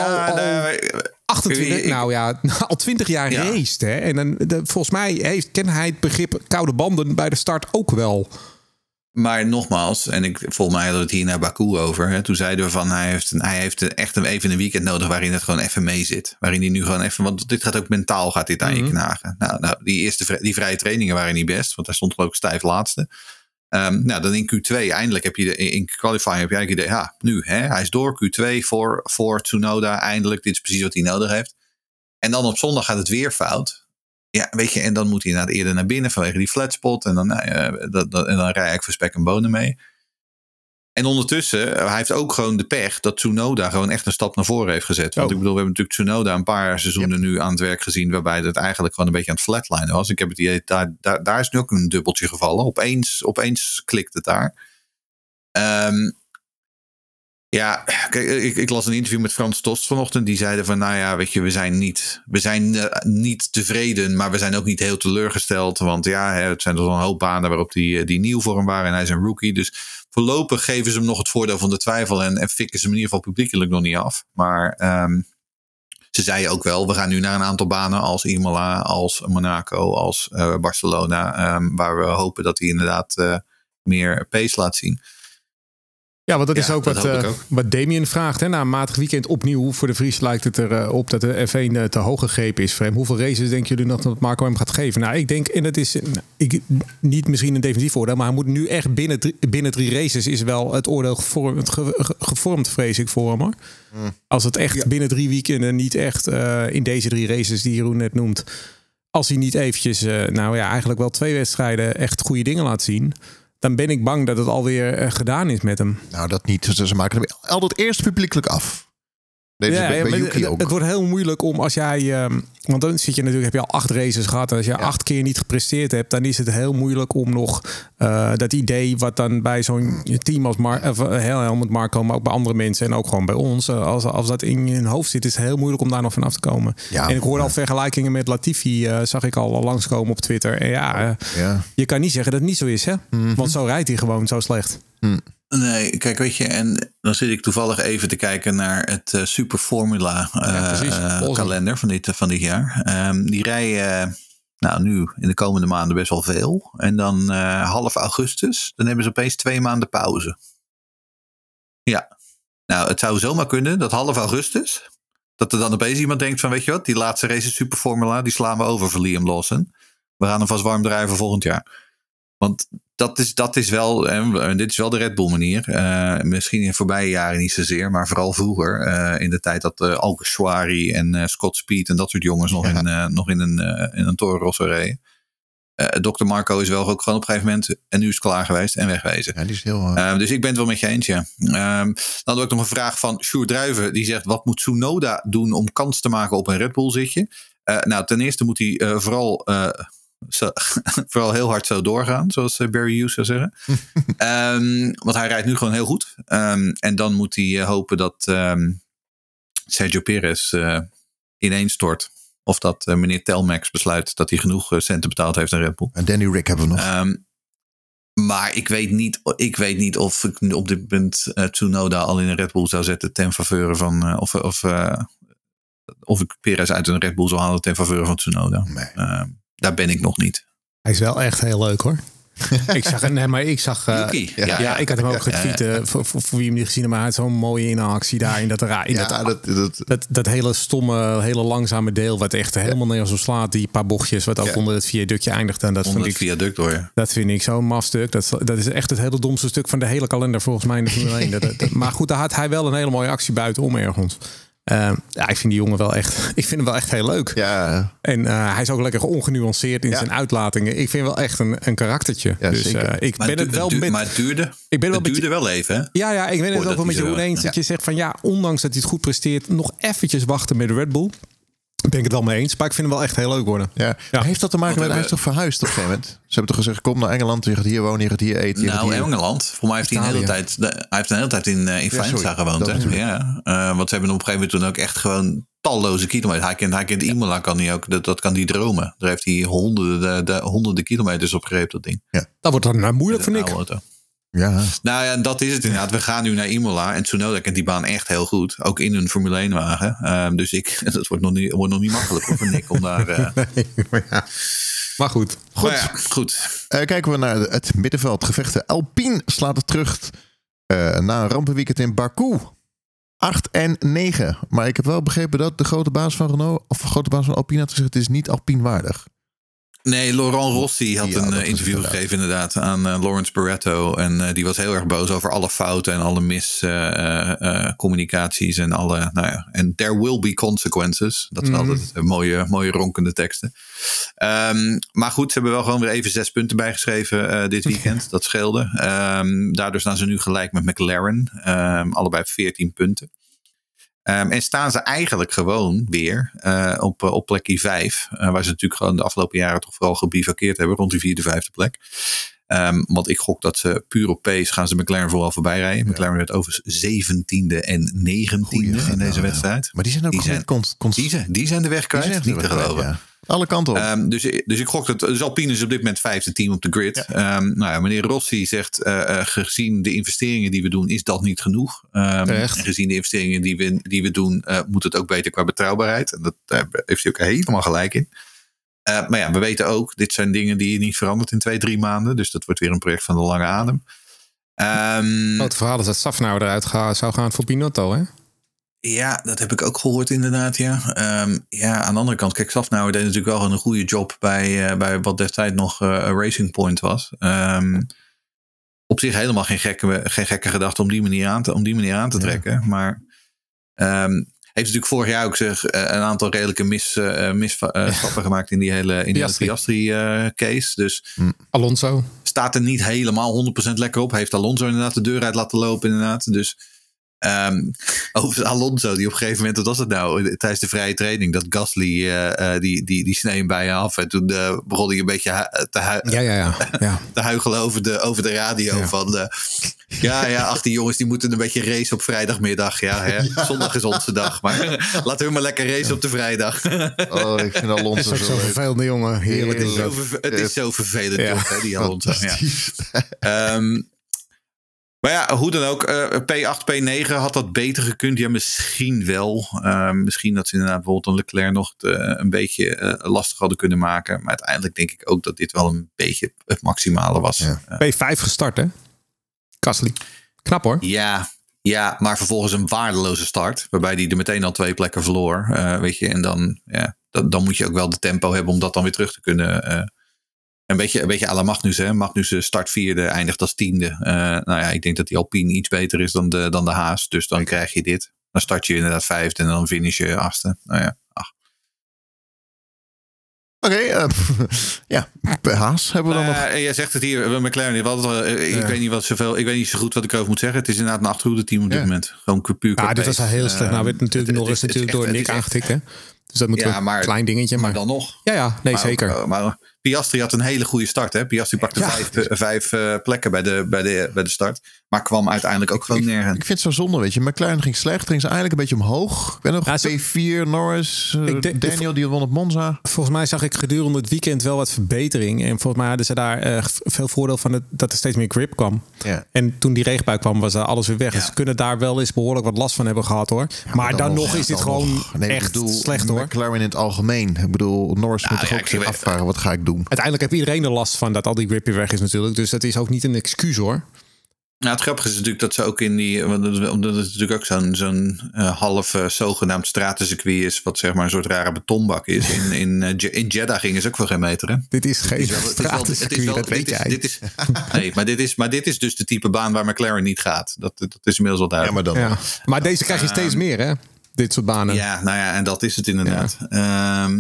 al 20 jaar raced. Hè? En volgens mij kent hij het begrip koude banden bij de start ook wel. Maar nogmaals, en volgens mij hadden we het hier naar Baku over. Hè, toen zeiden we van hij heeft echt even een weekend nodig waarin het gewoon even mee zit. Waarin hij nu gewoon even, want dit gaat ook mentaal aan je knagen. Nou, die vrije trainingen waren niet best, want hij stond geloof ik stijf laatste. Dan in Q2 eindelijk heb je in qualifying heb je eigenlijk idee, nu hij is door Q2 voor Tsunoda eindelijk, dit is precies wat hij nodig heeft. En dan op zondag gaat het weer fout. Ja, weet je, en dan moet hij eerder naar binnen vanwege die flatspot en dan rij ik voor spek en bonen mee. En ondertussen, hij heeft ook gewoon de pech dat Tsunoda gewoon echt een stap naar voren heeft gezet. Want ik bedoel, we hebben natuurlijk Tsunoda een paar seizoenen nu aan het werk gezien, waarbij het eigenlijk gewoon een beetje aan het flatlinen was. Ik heb het idee, daar is nu ook een dubbeltje gevallen. Opeens klikt het daar. Kijk, ik las een interview met Frans Tost vanochtend. Die zeiden van, nou ja, weet je, we zijn niet tevreden, maar we zijn ook niet heel teleurgesteld. Want ja, het zijn er een hoop banen waarop die nieuw voor hem waren en hij is een rookie. Dus voorlopig geven ze hem nog het voordeel van de twijfel en fikken ze hem in ieder geval publiekelijk nog niet af. Maar ze zeiden ook wel, we gaan nu naar een aantal banen als Imola, als Monaco, als Barcelona. Waar we hopen dat hij inderdaad meer pace laat zien. Ja, want dat is ook wat Damien vraagt. Hè? Na een matig weekend opnieuw voor de Vries lijkt het erop dat de F1 te hoog gegrepen is voor hem. Hoeveel races denken jullie nog dat Marco hem gaat geven? Nou, ik denk, en dat is niet misschien een definitief oordeel, maar hij moet nu echt binnen 3 races is wel het oordeel gevormd, vrees ik voor hem. Hoor. Als het echt binnen 3 weekenden niet echt in deze 3 races die Jeroen net noemt, als hij niet eventjes, eigenlijk wel 2 wedstrijden echt goede dingen laat zien, dan ben ik bang dat het alweer gedaan is met hem. Nou, dat niet. Ze maken hem altijd eerst publiekelijk af. Het wordt heel moeilijk om als jij... want dan zit je natuurlijk, heb je al 8 races gehad. En als je 8 keer niet gepresteerd hebt, dan is het heel moeilijk om nog dat idee wat dan bij zo'n team als Helmut Marko, maar ook bij andere mensen en ook gewoon bij ons, als dat in je hoofd zit, is het heel moeilijk om daar nog vanaf te komen. Ja, en ik hoorde al vergelijkingen met Latifi, zag ik al langskomen op Twitter. En je kan niet zeggen dat het niet zo is, hè? Mm-hmm. Want zo rijdt hij gewoon zo slecht. Nee, kijk, weet je, en dan zit ik toevallig even te kijken naar het Super Formula kalender van dit jaar. Die rijden nu in de komende maanden best wel veel. En dan half augustus, dan hebben ze opeens 2 maanden pauze. Ja, nou, het zou zomaar kunnen dat half augustus, dat er dan opeens iemand denkt van, weet je wat, die laatste race Super Formula, die slaan we over voor Liam Lawson. We gaan hem vast warm drijven volgend jaar. Want dat is wel, en dit is wel de Red Bull manier. Misschien in voorbije jaren niet zozeer, maar vooral vroeger. In de tijd dat Alguersuari en Scott Speed en dat soort jongens nog in een Toro Rosso reden. Dr. Marco is wel ook gewoon op een gegeven moment, en nu is het klaar geweest en wegwezen. Ja, die is heel, dus ik ben het wel met je eens, ja. Dan had ik nog een vraag van Sjoerd Druiven. Die zegt, wat moet Tsunoda doen om kans te maken op een Red Bull zitje? Ten eerste moet hij vooral vooral heel hard zo doorgaan, zoals Barry Hughes zou zeggen. Want hij rijdt nu gewoon heel goed. En dan moet hij hopen dat Sergio Perez ineens stort. Of dat meneer Telmax besluit dat hij genoeg centen betaald heeft aan Red Bull. En Danny Rick hebben we nog. Maar ik weet niet of ik op dit punt Tsunoda al in een Red Bull zou zetten ten faveur van... Of ik Perez uit een Red Bull zou halen ten faveur van Tsunoda. Nee. Daar ben ik nog niet. Hij is wel echt heel leuk hoor. Ik zag Yuki. Ik had hem ook getweet. Voor wie hem niet gezien heeft, maar hij had zo'n mooie inactie daar in dat hele stomme, hele langzame deel wat echt helemaal nergens op slaat. Die paar bochtjes wat ook onder het viaductje eindigt. En dat onder het viaduct hoor je. Dat vind ik zo'n mafstuk. Dat is echt het hele domste stuk van de hele kalender volgens mij in de Formule 1. Maar goed, daar had hij wel een hele mooie actie buitenom ergens. Ik vind die jongen wel echt. Ik vind hem wel echt heel leuk. Ja. En hij is ook lekker ongenuanceerd in zijn uitlatingen. Ik vind wel echt een karaktertje. Ja, dus ik ben het wel met. Maar het duurde wel even, hè? Ja, ik ben het ook wel met je oneens. Dat je zegt van ja, ondanks dat hij het goed presteert, nog eventjes wachten met de Red Bull. Ben ik het wel mee eens, maar ik vind hem wel echt heel leuk worden. Ja. Heeft dat te maken met hij is toch verhuisd op een gegeven moment? Ze hebben toch gezegd, kom naar Engeland, je gaat hier wonen, je gaat hier eten. Engeland. Voor mij heeft hij een hele tijd in Faenza gewoond. Hè? Ja. Want ze hebben op een gegeven moment toen ook echt gewoon talloze kilometers. Hij kent Imola, kan hij ook, dat kan hij dromen. Daar heeft hij honderden kilometers op gerept, dat ding. Ja. Dat wordt dan moeilijk voor Nick. Ja. Nou ja, dat is het inderdaad. We gaan nu naar Imola en Tsunoda kent die baan echt heel goed. Ook in een Formule 1 wagen. Dus dat wordt nog niet makkelijk voor Nick om daar... Maar goed. Goed. Kijken we naar het middenveld. Gevechten. Alpine slaat het terug na een rampenweekend in Baku. 8 en 9. Maar ik heb wel begrepen dat de grote baas van Renault, of de grote baas van Alpine had gezegd, het is niet Alpine waardig. Nee, Laurent Rossi had een interview gegeven inderdaad aan Lawrence Barretto. En die was heel erg boos over alle fouten en alle miscommunicaties en alle... en there will be consequences. Dat zijn altijd mooie ronkende teksten. Maar goed, ze hebben wel gewoon weer even 6 punten bijgeschreven dit weekend. Dat scheelde. Daardoor staan ze nu gelijk met McLaren. Allebei 14 punten. En staan ze eigenlijk gewoon weer op plekje 5. Waar ze natuurlijk gewoon de afgelopen jaren toch vooral gebivakkeerd hebben. Rond die 4e, 5e plek. Want ik gok dat ze puur op pace gaan ze McLaren vooral voorbij rijden. Ja. McLaren werd overigens 17e en 19e in deze wedstrijd. Maar die zijn ook die zijn de weg kwijt. Niet te geloven. Ja. Alle kanten op. Dus ik gok dat... Dus Alpine is op dit moment 5e team op de grid. Ja. Meneer Rossi zegt... gezien de investeringen die we doen... is dat niet genoeg. En gezien de investeringen die we doen... moet het ook beter qua betrouwbaarheid. En daar heeft hij ook helemaal gelijk in. Maar ja, we weten ook... dit zijn dingen die je niet verandert in 2-3 maanden. Dus dat wordt weer een project van de lange adem. Het verhaal is dat Safnauer eruit zou gaan voor Binotto, hè? Ja, dat heb ik ook gehoord inderdaad, ja. Aan de andere kant, kijk, Safnauer deed natuurlijk wel een goede job bij wat destijds nog Racing Point was. Op zich helemaal geen gekke gedachte om die manier aan te trekken. Maar heeft natuurlijk vorig jaar ook een aantal redelijke misstappen gemaakt in die hele Piastri case. Dus Alonso staat er niet helemaal 100% lekker op. Heeft Alonso inderdaad de deur uit laten lopen inderdaad. Dus... over Alonso, die op een gegeven moment, wat was het nou, tijdens de vrije training, dat Gasly die snee hem bij je af. En toen begon hij een beetje te huichelen over de radio. Ja. Van ach, die jongens die moeten een beetje racen op vrijdagmiddag. Zondag is onze dag. Maar laten we maar lekker racen op de vrijdag. Ik vind Alonso dat is zo vervelende jongen. Heerlijk. Het is zo vervelend, jongen, die Alonso. Maar ja, hoe dan ook, P8, P9 had dat beter gekund. Ja, misschien wel. Misschien dat ze inderdaad bijvoorbeeld een Leclerc nog een beetje lastig hadden kunnen maken. Maar uiteindelijk denk ik ook dat dit wel een beetje het maximale was. Ja. P5 gestart, hè? Gasly. Knap hoor. Ja, maar vervolgens een waardeloze start. Waarbij hij er meteen al 2 plekken verloor. Weet je, en dan moet je ook wel de tempo hebben om dat dan weer terug te kunnen... Een beetje à la Magnus. Hè? Magnus start 4e, eindigt als 10e. Ik denk dat die Alpine iets beter is dan de Haas. Dus dan krijg je dit. Dan start je inderdaad 5e en dan finish je 8e. Oké, Haas hebben we dan nog. Jij zegt het hier, McLaren. Ik weet niet zo goed wat ik over moet zeggen. Het is inderdaad een achterhoede team op dit moment. Gewoon puur. Dit was al heel slecht. Nou werd natuurlijk nog eens door Nick aangetikt. Hè? Dus dat moet een klein dingetje. Maar dan nog. Ja, nee, zeker. Maar Piastri had een hele goede start. Hè? Piastri pakte vijf plekken bij de start. Maar kwam uiteindelijk ook gewoon nergens. Ik vind het zo zonde, weet je. McLaren ging slecht. Ging ze eigenlijk een beetje omhoog. Ik ben nog P4, Norris, Daniel die won op Monza. Volgens mij zag ik gedurende het weekend wel wat verbetering. En volgens mij hadden ze daar veel voordeel van dat er steeds meer grip kwam. Ja. En toen die regenbui kwam, was daar alles weer weg. Ja. Dus ze kunnen daar wel eens behoorlijk wat last van hebben gehad, hoor. Ja, maar dan nog is dit gewoon echt slecht, hoor. McLaren in het algemeen. Ik bedoel, Norris moet toch ook afvragen, wat ga ik doen? Uiteindelijk heeft iedereen er last van dat al die grip weer weg is natuurlijk. Dus dat is ook niet een excuus, hoor. Nou, het grappige is natuurlijk dat ze ook in die... Omdat het natuurlijk ook zo'n half zogenaamd stratencircuit is... wat zeg maar een soort rare betonbak is. In Jeddah gingen ze ook voor geen meter, hè? Dit is geen stratencircuit, dat weet jij. Maar dit is dus de type baan waar McLaren niet gaat. Dat is inmiddels wel duidelijk. Ja, maar, dan maar deze krijg je steeds meer, hè? Dit soort banen. Ja, nou ja, en dat is het inderdaad. Ja.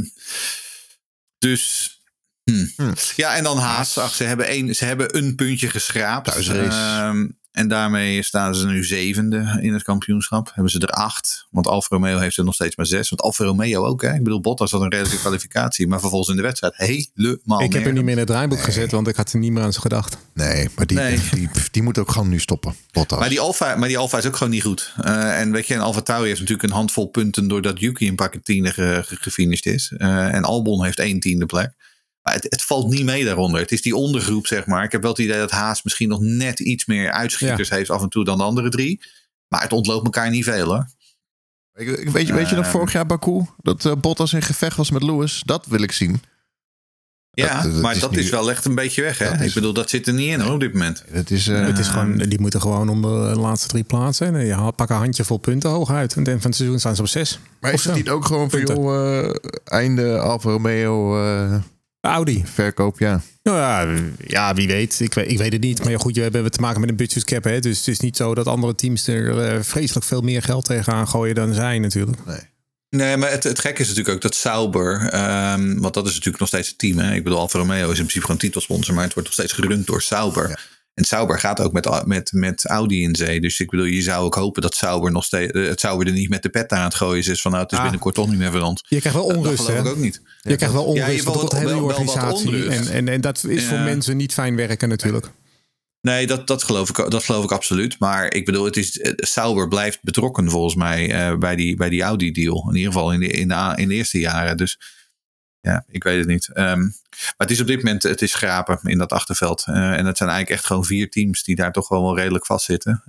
Dus... Ja, en dan Haas. Ach, ze hebben een puntje geschraapt. En daarmee staan ze nu 7e in het kampioenschap. Hebben ze er 8. Want Alfa Romeo heeft er nog steeds maar 6. Want Alfa Romeo ook. Hè? Ik bedoel, Bottas had een redelijke kwalificatie. Maar vervolgens in de wedstrijd helemaal Ik heb er niet meer in het draaiboek gezet. Want ik had er niet meer aan ze gedacht. Nee, maar die moet ook gewoon nu stoppen. Bottas. Maar die Alfa is ook gewoon niet goed. En weet je, Alfa Tauri heeft natuurlijk een handvol punten... doordat Yuki een paar tiende gefinished is. En Albon heeft 1 tiende plek. Maar het valt niet mee daaronder. Het is die ondergroep, zeg maar. Ik heb wel het idee dat Haas misschien nog net iets meer uitschieters heeft af en toe dan de andere 3. Maar het ontloopt elkaar niet veel, hoor. Weet je nog vorig jaar Baku? Dat Bottas in gevecht was met Lewis? Dat wil ik zien. Ja, maar dat is wel echt een beetje weg, hè? Ik bedoel, dat zit er niet in, hoor, op dit moment. Het is gewoon, die moeten gewoon om de laatste 3 plaatsen. En je pakt een handjevol punten hoog uit. En van het seizoen staan ze op 6. Maar is het niet ook gewoon voor einde Alfa Romeo... Audi. Verkoop, ja. Ja, wie weet. Ik weet het niet. Maar ja, goed, we hebben te maken met een budgetcap. Hè? Dus het is niet zo dat andere teams er vreselijk veel meer geld tegenaan gooien dan zij natuurlijk. Nee, maar het gekke is natuurlijk ook dat Sauber... want dat is natuurlijk nog steeds het team. Hè? Ik bedoel, Alfa Romeo is in principe gewoon titelsponsor... maar het wordt nog steeds gerund door Sauber. Ja. En Sauber gaat ook met Audi in zee. Dus ik bedoel, je zou ook hopen dat Sauber nog steeds... het Sauber er niet met de pet aan het gooien is. Van nou, het is binnenkort toch niet meer voor ons. Je krijgt wel onrust, dat geloof ik ook niet. Je krijgt wel onrust door de hele organisatie. En dat is voor mensen niet fijn werken natuurlijk. Nee, dat geloof ik absoluut. Maar ik bedoel, Sauber blijft betrokken volgens mij bij die Audi-deal. In ieder geval in de eerste jaren. Dus ja, ik weet het niet. Maar het is op dit moment, het is schrapen in dat achterveld. En het zijn eigenlijk echt gewoon 4 teams die daar toch wel redelijk vastzitten.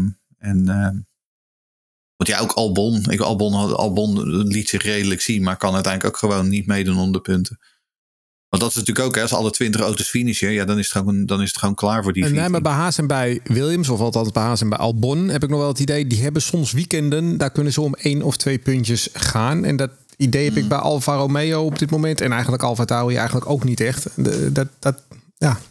Want ja, ook Albon liet zich redelijk zien, maar kan uiteindelijk ook gewoon niet meedoen om de punten. Want dat is natuurlijk ook, hè, als alle 20 auto's finishen, ja, dan is het gewoon klaar voor die 14. Nee, maar bij Haas en bij Williams, of althans bij Haas en bij Albon, heb ik nog wel het idee, die hebben soms weekenden, daar kunnen ze om 1 of 2 puntjes gaan. En dat idee heb ik bij Alfa Romeo op dit moment. En eigenlijk Alfa Tauri eigenlijk ook niet echt. Ja.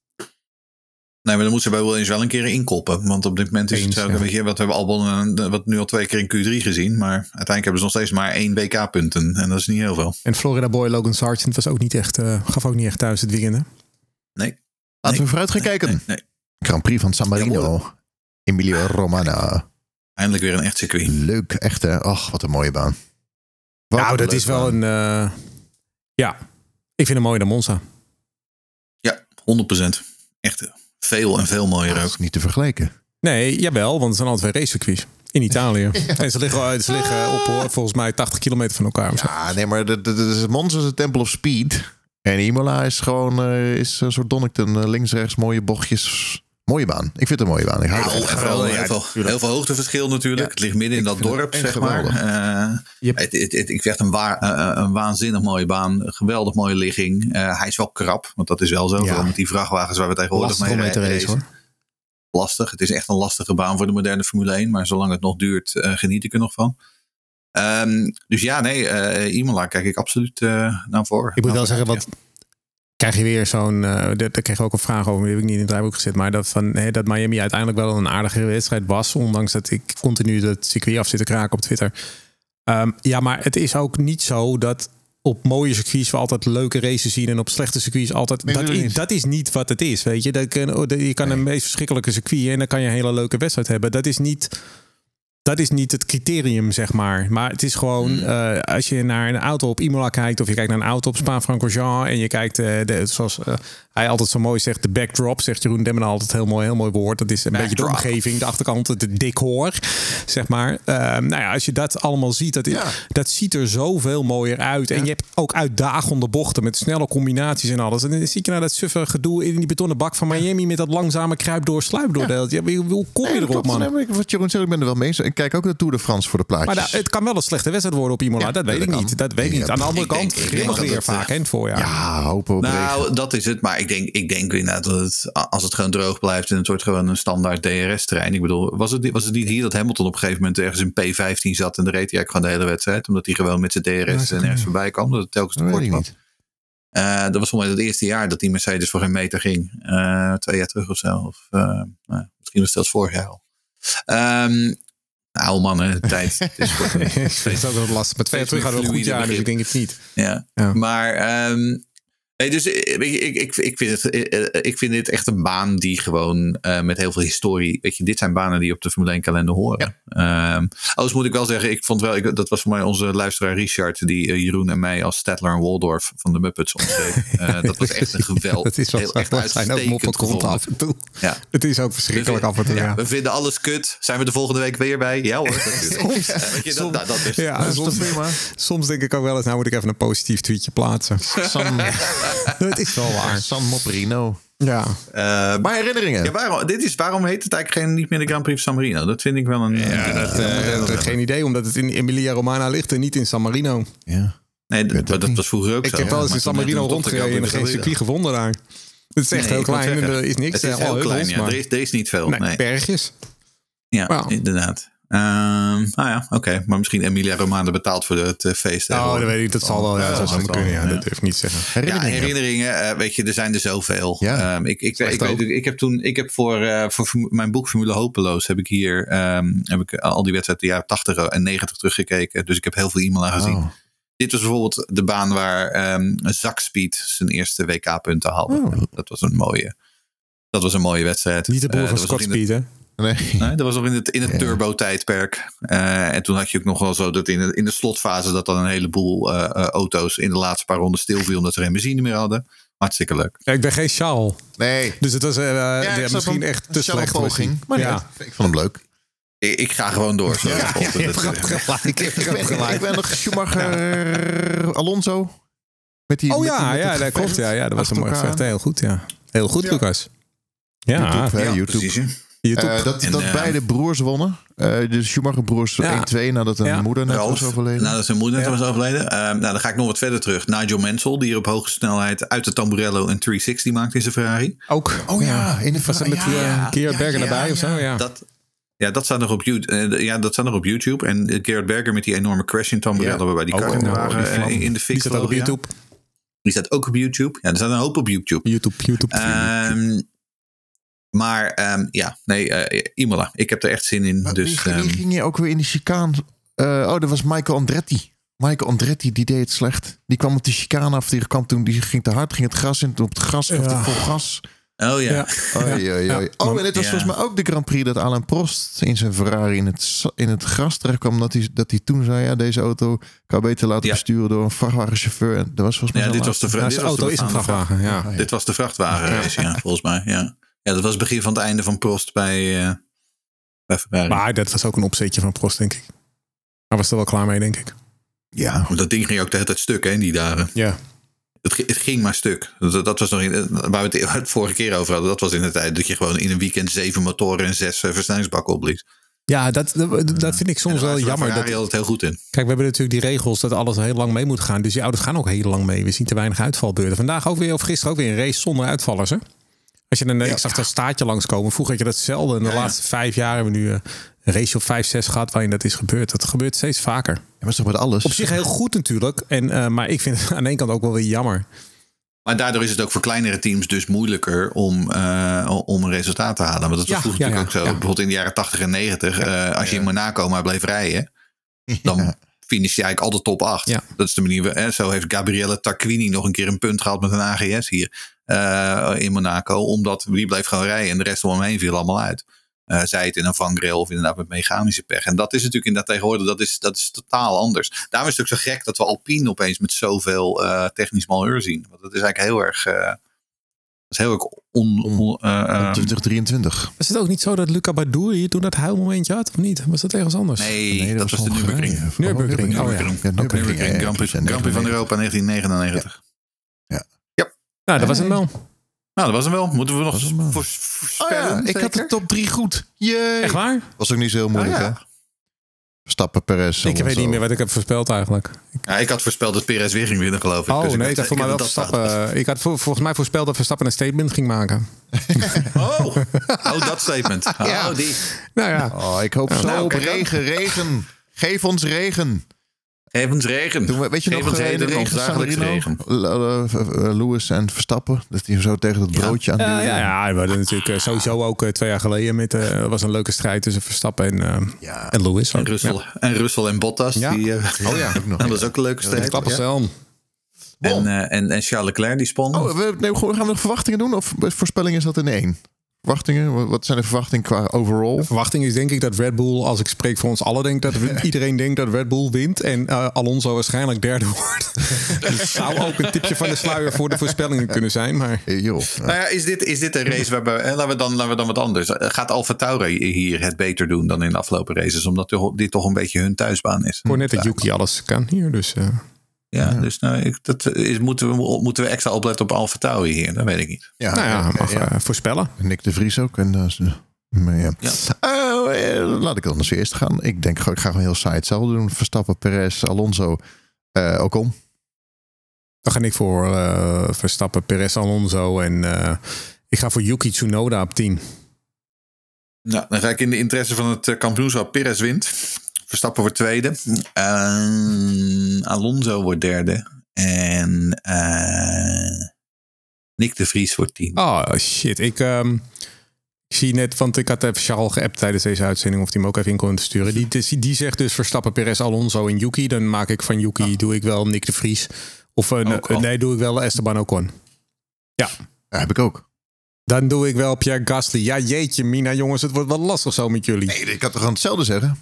Nee, maar dan moeten ze bij Williams wel een keer inkoppen. Want op dit moment is het zo, weet je, wat we hebben Albon wat nu al 2 keer in Q3 gezien. Maar uiteindelijk hebben ze nog steeds maar 1 WK-punten. En dat is niet heel veel. En Florida Boy Logan Sargent was ook niet echt, gaf ook niet echt thuis het weekend, hè? Nee. Laten we vooruit gaan kijken. Nee. Grand Prix van San Marino. Emilia Romagna. Eindelijk weer een echt circuit. Leuk, echt hè. Och, wat een mooie baan. Nou, dat is wel een... ja, ik vind hem mooier dan Monza. Ja, 100%. Echt veel en veel mooier ook. Dat is niet te vergelijken. Nee, jawel, want het zijn al 2 racecircuits. In Italië. En ze liggen op volgens mij 80 kilometer van elkaar. Ja, nee, maar Monza is de Temple of Speed. En Imola is gewoon is een soort Donington. Links, rechts, mooie bochtjes. Mooie baan. Ik vind het een mooie baan. Ik hou heel veel hoogteverschil natuurlijk. Ja, het ligt midden in dat dorp, zeg maar. Ik vind echt een waanzinnig mooie baan. Geweldig mooie ligging. Hij is wel krap, want dat is wel zo. Vooral met die vrachtwagens waar we tegenwoordig mee rijden. Lastig. Het is echt een lastige baan voor de moderne Formule 1. Maar zolang het nog duurt, geniet ik er nog van. Dus ja, nee. Imola kijk ik absoluut naar voor. Ik moet wel zeggen, wat... Krijg je weer zo'n... daar kreeg ik ook een vraag over, die heb ik niet in het draaiboek gezet. Maar dat Miami uiteindelijk wel een aardige wedstrijd was. Ondanks dat ik continu het circuit af zit te kraken op Twitter. Ja, maar het is ook niet zo dat op mooie circuits we altijd leuke races zien. En op slechte circuits altijd... Dat is niet wat het is, weet je. Je kan een meest verschrikkelijke circuit en dan kan je een hele leuke wedstrijd hebben. Dat is niet... Dat is niet het criterium, zeg maar. Maar het is gewoon, als je naar een auto op Imola kijkt... of je kijkt naar een auto op Spa-Francorchamps... en je kijkt, zoals hij altijd zo mooi zegt... de backdrop, zegt Jeroen Demmen altijd heel mooi woord. Dat is een beetje de omgeving, de achterkant, het decor, zeg maar. Als je dat allemaal ziet, dat ziet er zoveel mooier uit. En je hebt ook uitdagende bochten met snelle combinaties en alles. En dan zie je nou dat suffe gedoe in die betonnen bak van Miami... met dat langzame kruip door sluipdoordeel. Ja, hoe kom je erop, man? Wat Jeroen zegt, ik ben er wel mee eens. Ik kijk ook de Tour de France voor de plaatjes. Maar het kan wel een slechte wedstrijd worden op Imola. Dat weet ik niet. Dat weet ik niet. Aan de andere kant, grimmig weer vaak in het voorjaar. Ja, hopen op regen. Dat is het. Maar ik denk inderdaad dat als het gewoon droog blijft... en het wordt gewoon een standaard DRS-terrein. Ik bedoel, was het niet hier dat Hamilton op een gegeven moment... ergens in P15 zat en de reed hij eigenlijk gewoon de hele wedstrijd... omdat hij gewoon met zijn DRS nergens voorbij kwam. Dat het telkens te kort was. Dat was volgens mij het eerste jaar dat die Mercedes voor geen meter ging. 2 jaar terug of zo. Of, misschien was het zelfs vorig jaar al. Nou man, de tijd. Ik vind het ook wel lastig. Met 2 jaar terug hadden we een goed jaar, dus ik denk het niet. Ja. Maar dus ik vind dit echt een baan die gewoon met heel veel historie... Weet je, dit zijn banen die op de Formule 1 kalender horen. Overigens moet ik wel zeggen, ik vond wel... dat was voor mij onze luisteraar Richard... die Jeroen en mij als Stadler en Waldorf van de Muppets omschreef. Dat was echt een geweld. Dat is wel echt uitstekend gevonden af en toe. Ja. Het is ook verschrikkelijk af en toe. Ja. We vinden alles kut. Zijn we de volgende week weer bij? Ja hoor. Soms denk ik ook wel eens... nou moet ik even een positief tweetje plaatsen. Het is wel waar. San Mopperino. Ja. Maar herinneringen. Ja, waarom heet het eigenlijk niet meer de Grand Prix van San Marino? Dat vind ik wel een... geen idee, omdat het in Emilia Romagna ligt en niet in San Marino. Ja. Nee, dat was vroeger ook zo. Ik heb wel eens in San Marino rondgereden en geen circuit gevonden daar. Het is echt heel klein en er is niks. Het is heel klein, ja. Er is niet veel. Nee. Bergjes. Ja, inderdaad. Oké. Maar misschien Emilia Romagna betaalt voor het feest. Dat weet ik. Dat zal wel. Dat zou kunnen. Ja, dat durf ik niet zeggen. Herinneringen. Weet je, er zijn er zoveel. Ja. Ik heb voor mijn boek Formule Hopeloos heb ik al die wedstrijden de jaren 80 en 90 teruggekeken. Dus ik heb heel veel Imola gezien. Oh. Dit was bijvoorbeeld de baan waar Zakspeed zijn eerste WK-punten haalde. Oh. Dat was een mooie wedstrijd. Niet de broer van Scott Speed, hè? Nee, dat was nog in het turbo-tijdperk. En toen had je ook nog wel zo dat in de slotfase... dat dan een heleboel auto's in de laatste paar ronden stilviel... omdat ze geen benzine meer hadden. Hartstikke leuk. Ja, ik ben geen Charles. Nee. Dus het was misschien echt te slecht poging. Maar ik vond hem leuk. Ik ga gewoon door. Ik ben nog Schumacher Alonso. Met die, dat klopt. Ja, dat was een mooi vecht. Heel goed, ja. Heel goed, Lucas. Ja, YouTube. Dat beide broers wonnen. De Schumacher broers 1-2 nadat een moeder net was overleden. Nadat zijn moeder net was overleden. Dan ga ik nog wat verder terug. Nigel Mansell, die hier op hoge snelheid uit de Tamburello een 360 maakte in zijn Ferrari. Ook. In de Ferrari. Met Gerard Berger erbij of zo. Ja. Dat staat nog op YouTube. Dat staat nog op YouTube. En Gerard Berger met die enorme crash in Tamburello... waarbij die karting waren in de fik. Die staat ook op YouTube. Die staat ook op YouTube. Ja, er staat een hoop op YouTube. Imola. Ik heb er echt zin in. Dus, wie ging je ook weer in die chicane? Dat was Michael Andretti. Michael Andretti, die deed het slecht. Die kwam op de chicane af. Die ging te hard. Ging het gras in. Op het gras gaf hij vol gas. Oh ja. En dit was volgens mij ook de Grand Prix... dat Alain Prost in zijn Ferrari in het gras terecht kwam. Dat hij toen zei... ja, deze auto kan beter laten besturen door een vrachtwagenchauffeur. En dat was volgens mij... dit was de auto is een vrachtwagen. Ja. Dit was de vrachtwagen, volgens mij. Ja. Ja, dat was het begin van het einde van Prost bij Ferrari. Maar dat was ook een opzetje van Prost, denk ik. Maar was er wel klaar mee, denk ik. Ja. Dat ding ging ook de hele tijd stuk, hè, in die dagen. Ja. Het ging maar stuk. Dat was nog waar we het vorige keer over hadden. Dat was in de tijd dat je gewoon in een weekend 7 motoren en 6 versnellingsbakken opblies. Ja, dat vind ik soms wel jammer. Daar had het heel goed in. Kijk, we hebben natuurlijk die regels dat alles heel lang mee moet gaan. Dus die auto's gaan ook heel lang mee. We zien te weinig uitvalbeurten. Vandaag ook weer, of gisteren ook weer een race zonder uitvallers, hè? Als je ik zag dat staartje langskomen. Vroeger had je datzelfde. In de laatste 5 jaar hebben we nu een race op 5, 6 gehad waarin dat is gebeurd. Dat gebeurt steeds vaker. Ja, maar toch met alles. Op zich heel goed natuurlijk. Maar ik vind het aan de ene kant ook wel weer jammer. Maar daardoor is het ook voor kleinere teams dus moeilijker om een resultaat te halen. Want dat was vroeger natuurlijk ook zo. Bijvoorbeeld in de jaren 80 en 90. Als je in Monaco maar bleef rijden. Dan finish je eigenlijk altijd top 8. Ja. Dat is de manier. Zo heeft Gabriele Tarquini nog een keer een punt gehad met een AGS hier in Monaco. Omdat die bleef gewoon rijden en de rest om hem heen viel allemaal uit. Zij het in een vangrail of inderdaad met mechanische pech. En dat is natuurlijk inderdaad tegenwoordig, dat is totaal anders. Daarom is het ook zo gek dat we Alpine opeens met zoveel technisch malheur zien. Want dat is eigenlijk heel erg... dat is heel erg 2023. Was het ook niet zo dat Luca Badouri toen dat huilmomentje had, of niet? Was dat ergens anders? Nee, dat was de Nürburgring. Nürburgring, oh ja. Nürburgring, Grand Prix van Europa 1999. Ja. Nou, dat was hem wel. Nou, dat was hem wel. Moeten we nog voorspellen? Ik had de top 3 goed. Jee. Echt waar? Was ook niet zo heel moeilijk, hè? Verstappen, Perez. Ik weet niet meer wat ik heb voorspeld eigenlijk. Ja, ik had voorspeld dat Perez weer ging winnen, geloof ik. Oh dus nee, ik had voor mij wel Verstappen. Ik had volgens mij voorspeld dat Verstappen een statement ging maken. Oh, dat statement. Ja. Oh, die. Nou ja. Oh, ik hoop zo op regen. Geef ons regen. Geef ons regen. Toen, weet je Geef nog ons in de heden, ons regen dagelijks regen. Lewis en Verstappen. Dat hij zo tegen dat broodje aan duwde. Ja, we hadden natuurlijk sowieso ook 2 jaar geleden met was een leuke strijd tussen Verstappen en Lewis. En Russell en Bottas. Ja. Die, ook nog. dat was ook een leuke strijd. Klappersel. En Charles Leclerc die spon. Gaan we nog verwachtingen doen? Of voorspelling is dat in 1? Verwachtingen? Wat zijn de verwachtingen qua overall? De verwachting is denk ik dat Red Bull, als ik spreek voor ons allen, iedereen denkt dat Red Bull wint en Alonso waarschijnlijk derde wordt. Dat zou ook een tipje van de sluier voor de voorspellingen kunnen zijn. Maar... Nou ja, is dit een race waarbij... Laten we dan wat anders. Gaat AlphaTauri hier het beter doen dan in de afgelopen races? Omdat dit toch een beetje hun thuisbaan is. Ik hoor net dat Yuki alles kan hier, dus... Ja, dus moeten we extra opletten op AlphaTauri hier? Dat weet ik niet. Voorspellen. Nick de Vries ook. Laat ik dan als eerste gaan. Ik denk, ik ga gewoon heel saai hetzelfde doen. Verstappen, Perez, Alonso, Ocon. Dan ga ik voor Verstappen, Perez, Alonso en ik ga voor Yuki Tsunoda op 10. Nou, dan ga ik in de interesse van het kampioenschap. Perez wint. Verstappen wordt tweede. Alonso wordt derde. En Nick de Vries wordt 10. Oh shit. Ik zie net, want ik had even Charles geappt tijdens deze uitzending of hij hem ook even in kon sturen. Die zegt dus Verstappen, Perez, Alonso en Yuki. Dan maak ik van Yuki, doe ik wel Nick de Vries. Of nee, doe ik wel Esteban Ocon. Ja. Ja, heb ik ook. Dan doe ik wel Pierre Gasly. Ja, jeetje, Mina, jongens, het wordt wel lastig zo met jullie. Nee, ik had toch gewoon hetzelfde zeggen?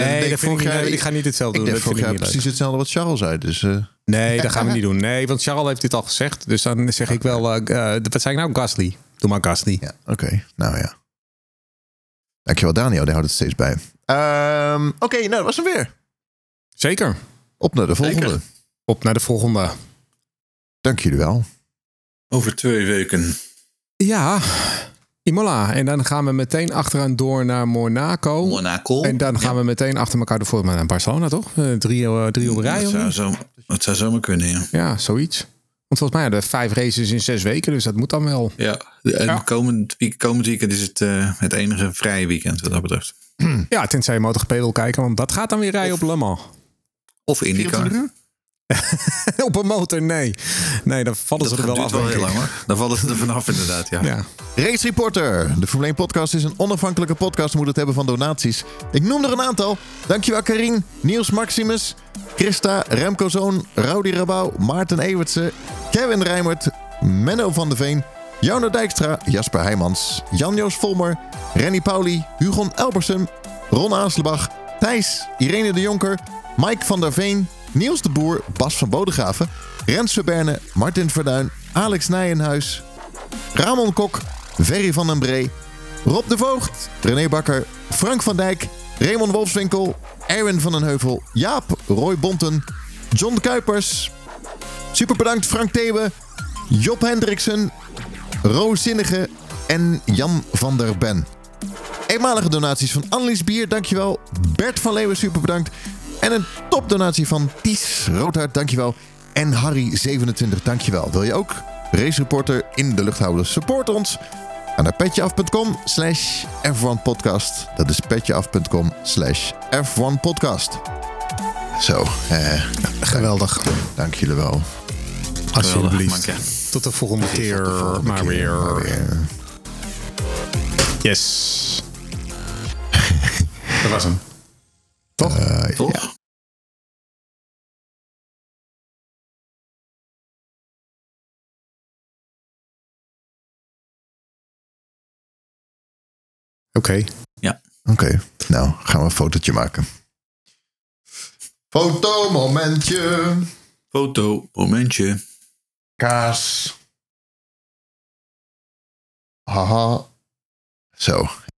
Ik ga niet hetzelfde doen. Ik deed vorig jaar precies hetzelfde wat Charles zei. Dus, nee, dat gaan we niet doen. Nee, want Charles heeft dit al gezegd. Dus dan zeg ik wel... wat zei ik nou? Gasly. Doe maar Gasly. Ja, oké. Nou ja. Dankjewel, Daniel. Die houdt het steeds bij. Oké, nou, dat was hem weer. Zeker. Op naar de volgende. Zeker. Op naar de volgende. Dank jullie wel. Over 2 weken. Ja, Imola. En dan gaan we meteen achteraan door naar Monaco. En dan gaan we meteen achter elkaar door naar Barcelona, toch? 3 op rij. Dat zou zomaar kunnen, ja. Ja, zoiets. Want volgens mij hadden 5 races in 6 weken, dus dat moet dan wel. Ja, en komend weekend is het enige vrije weekend wat dat betreft. Ja, tenzij je MotoGP wil kijken, want dat gaat dan weer rijden op Le Mans. Of IndyCar. Op een motor, nee. Nee, dan vallen ze er wel af. Dat duurt wel heel lang, hoor. Dan vallen ze er vanaf, inderdaad, ja. Race Reporter. De Formule 1 podcast is een onafhankelijke podcast. Moet het hebben van donaties. Ik noem er een aantal. Dankjewel Karin, Niels Maximus, Christa, Remco Zoon, Rowdy Rabouw, Maarten Evertsen, Kevin Rijmert, Menno van de Veen, Jarno Dijkstra, Jasper Heijmans, Jan-Joos Volmer, Renny Pauli, Hugon Elbersum, Ron Aaslebach, Thijs, Irene de Jonker, Mike van der Veen, Niels de Boer, Bas van Bodegraven, Rens Verberne, Martin Verduin, Alex Nijenhuis, Ramon Kok, Ferry van den Bree, Rob de Voogd, René Bakker, Frank van Dijk, Raymond Wolfswinkel, Erwin van den Heuvel, Jaap, Roy Bonten, John Kuipers. Super bedankt Frank Thewe, Job Hendriksen, Roos Zinnige en Jan van der Ben. Eenmalige donaties van Annelies Bier, dankjewel. Bert van Leeuwen, super bedankt. En een topdonatie van Ties Roodhart, dankjewel. En Harry27, dankjewel. Wil je ook Race Reporter in de lucht houden? Support ons. Ga naar petjeaf.com/F1podcast. Dat is petjeaf.com/F1podcast. Zo. Geweldig. Dank jullie wel. Alsjeblieft. Tot de volgende keer. Maar weer. Yes. Dat was hem. Toch? Toch? Ja. Oké. Oké, nou gaan we een fotootje maken. Fotomomentje. Fotomomentje. Kaas. Haha. Zo,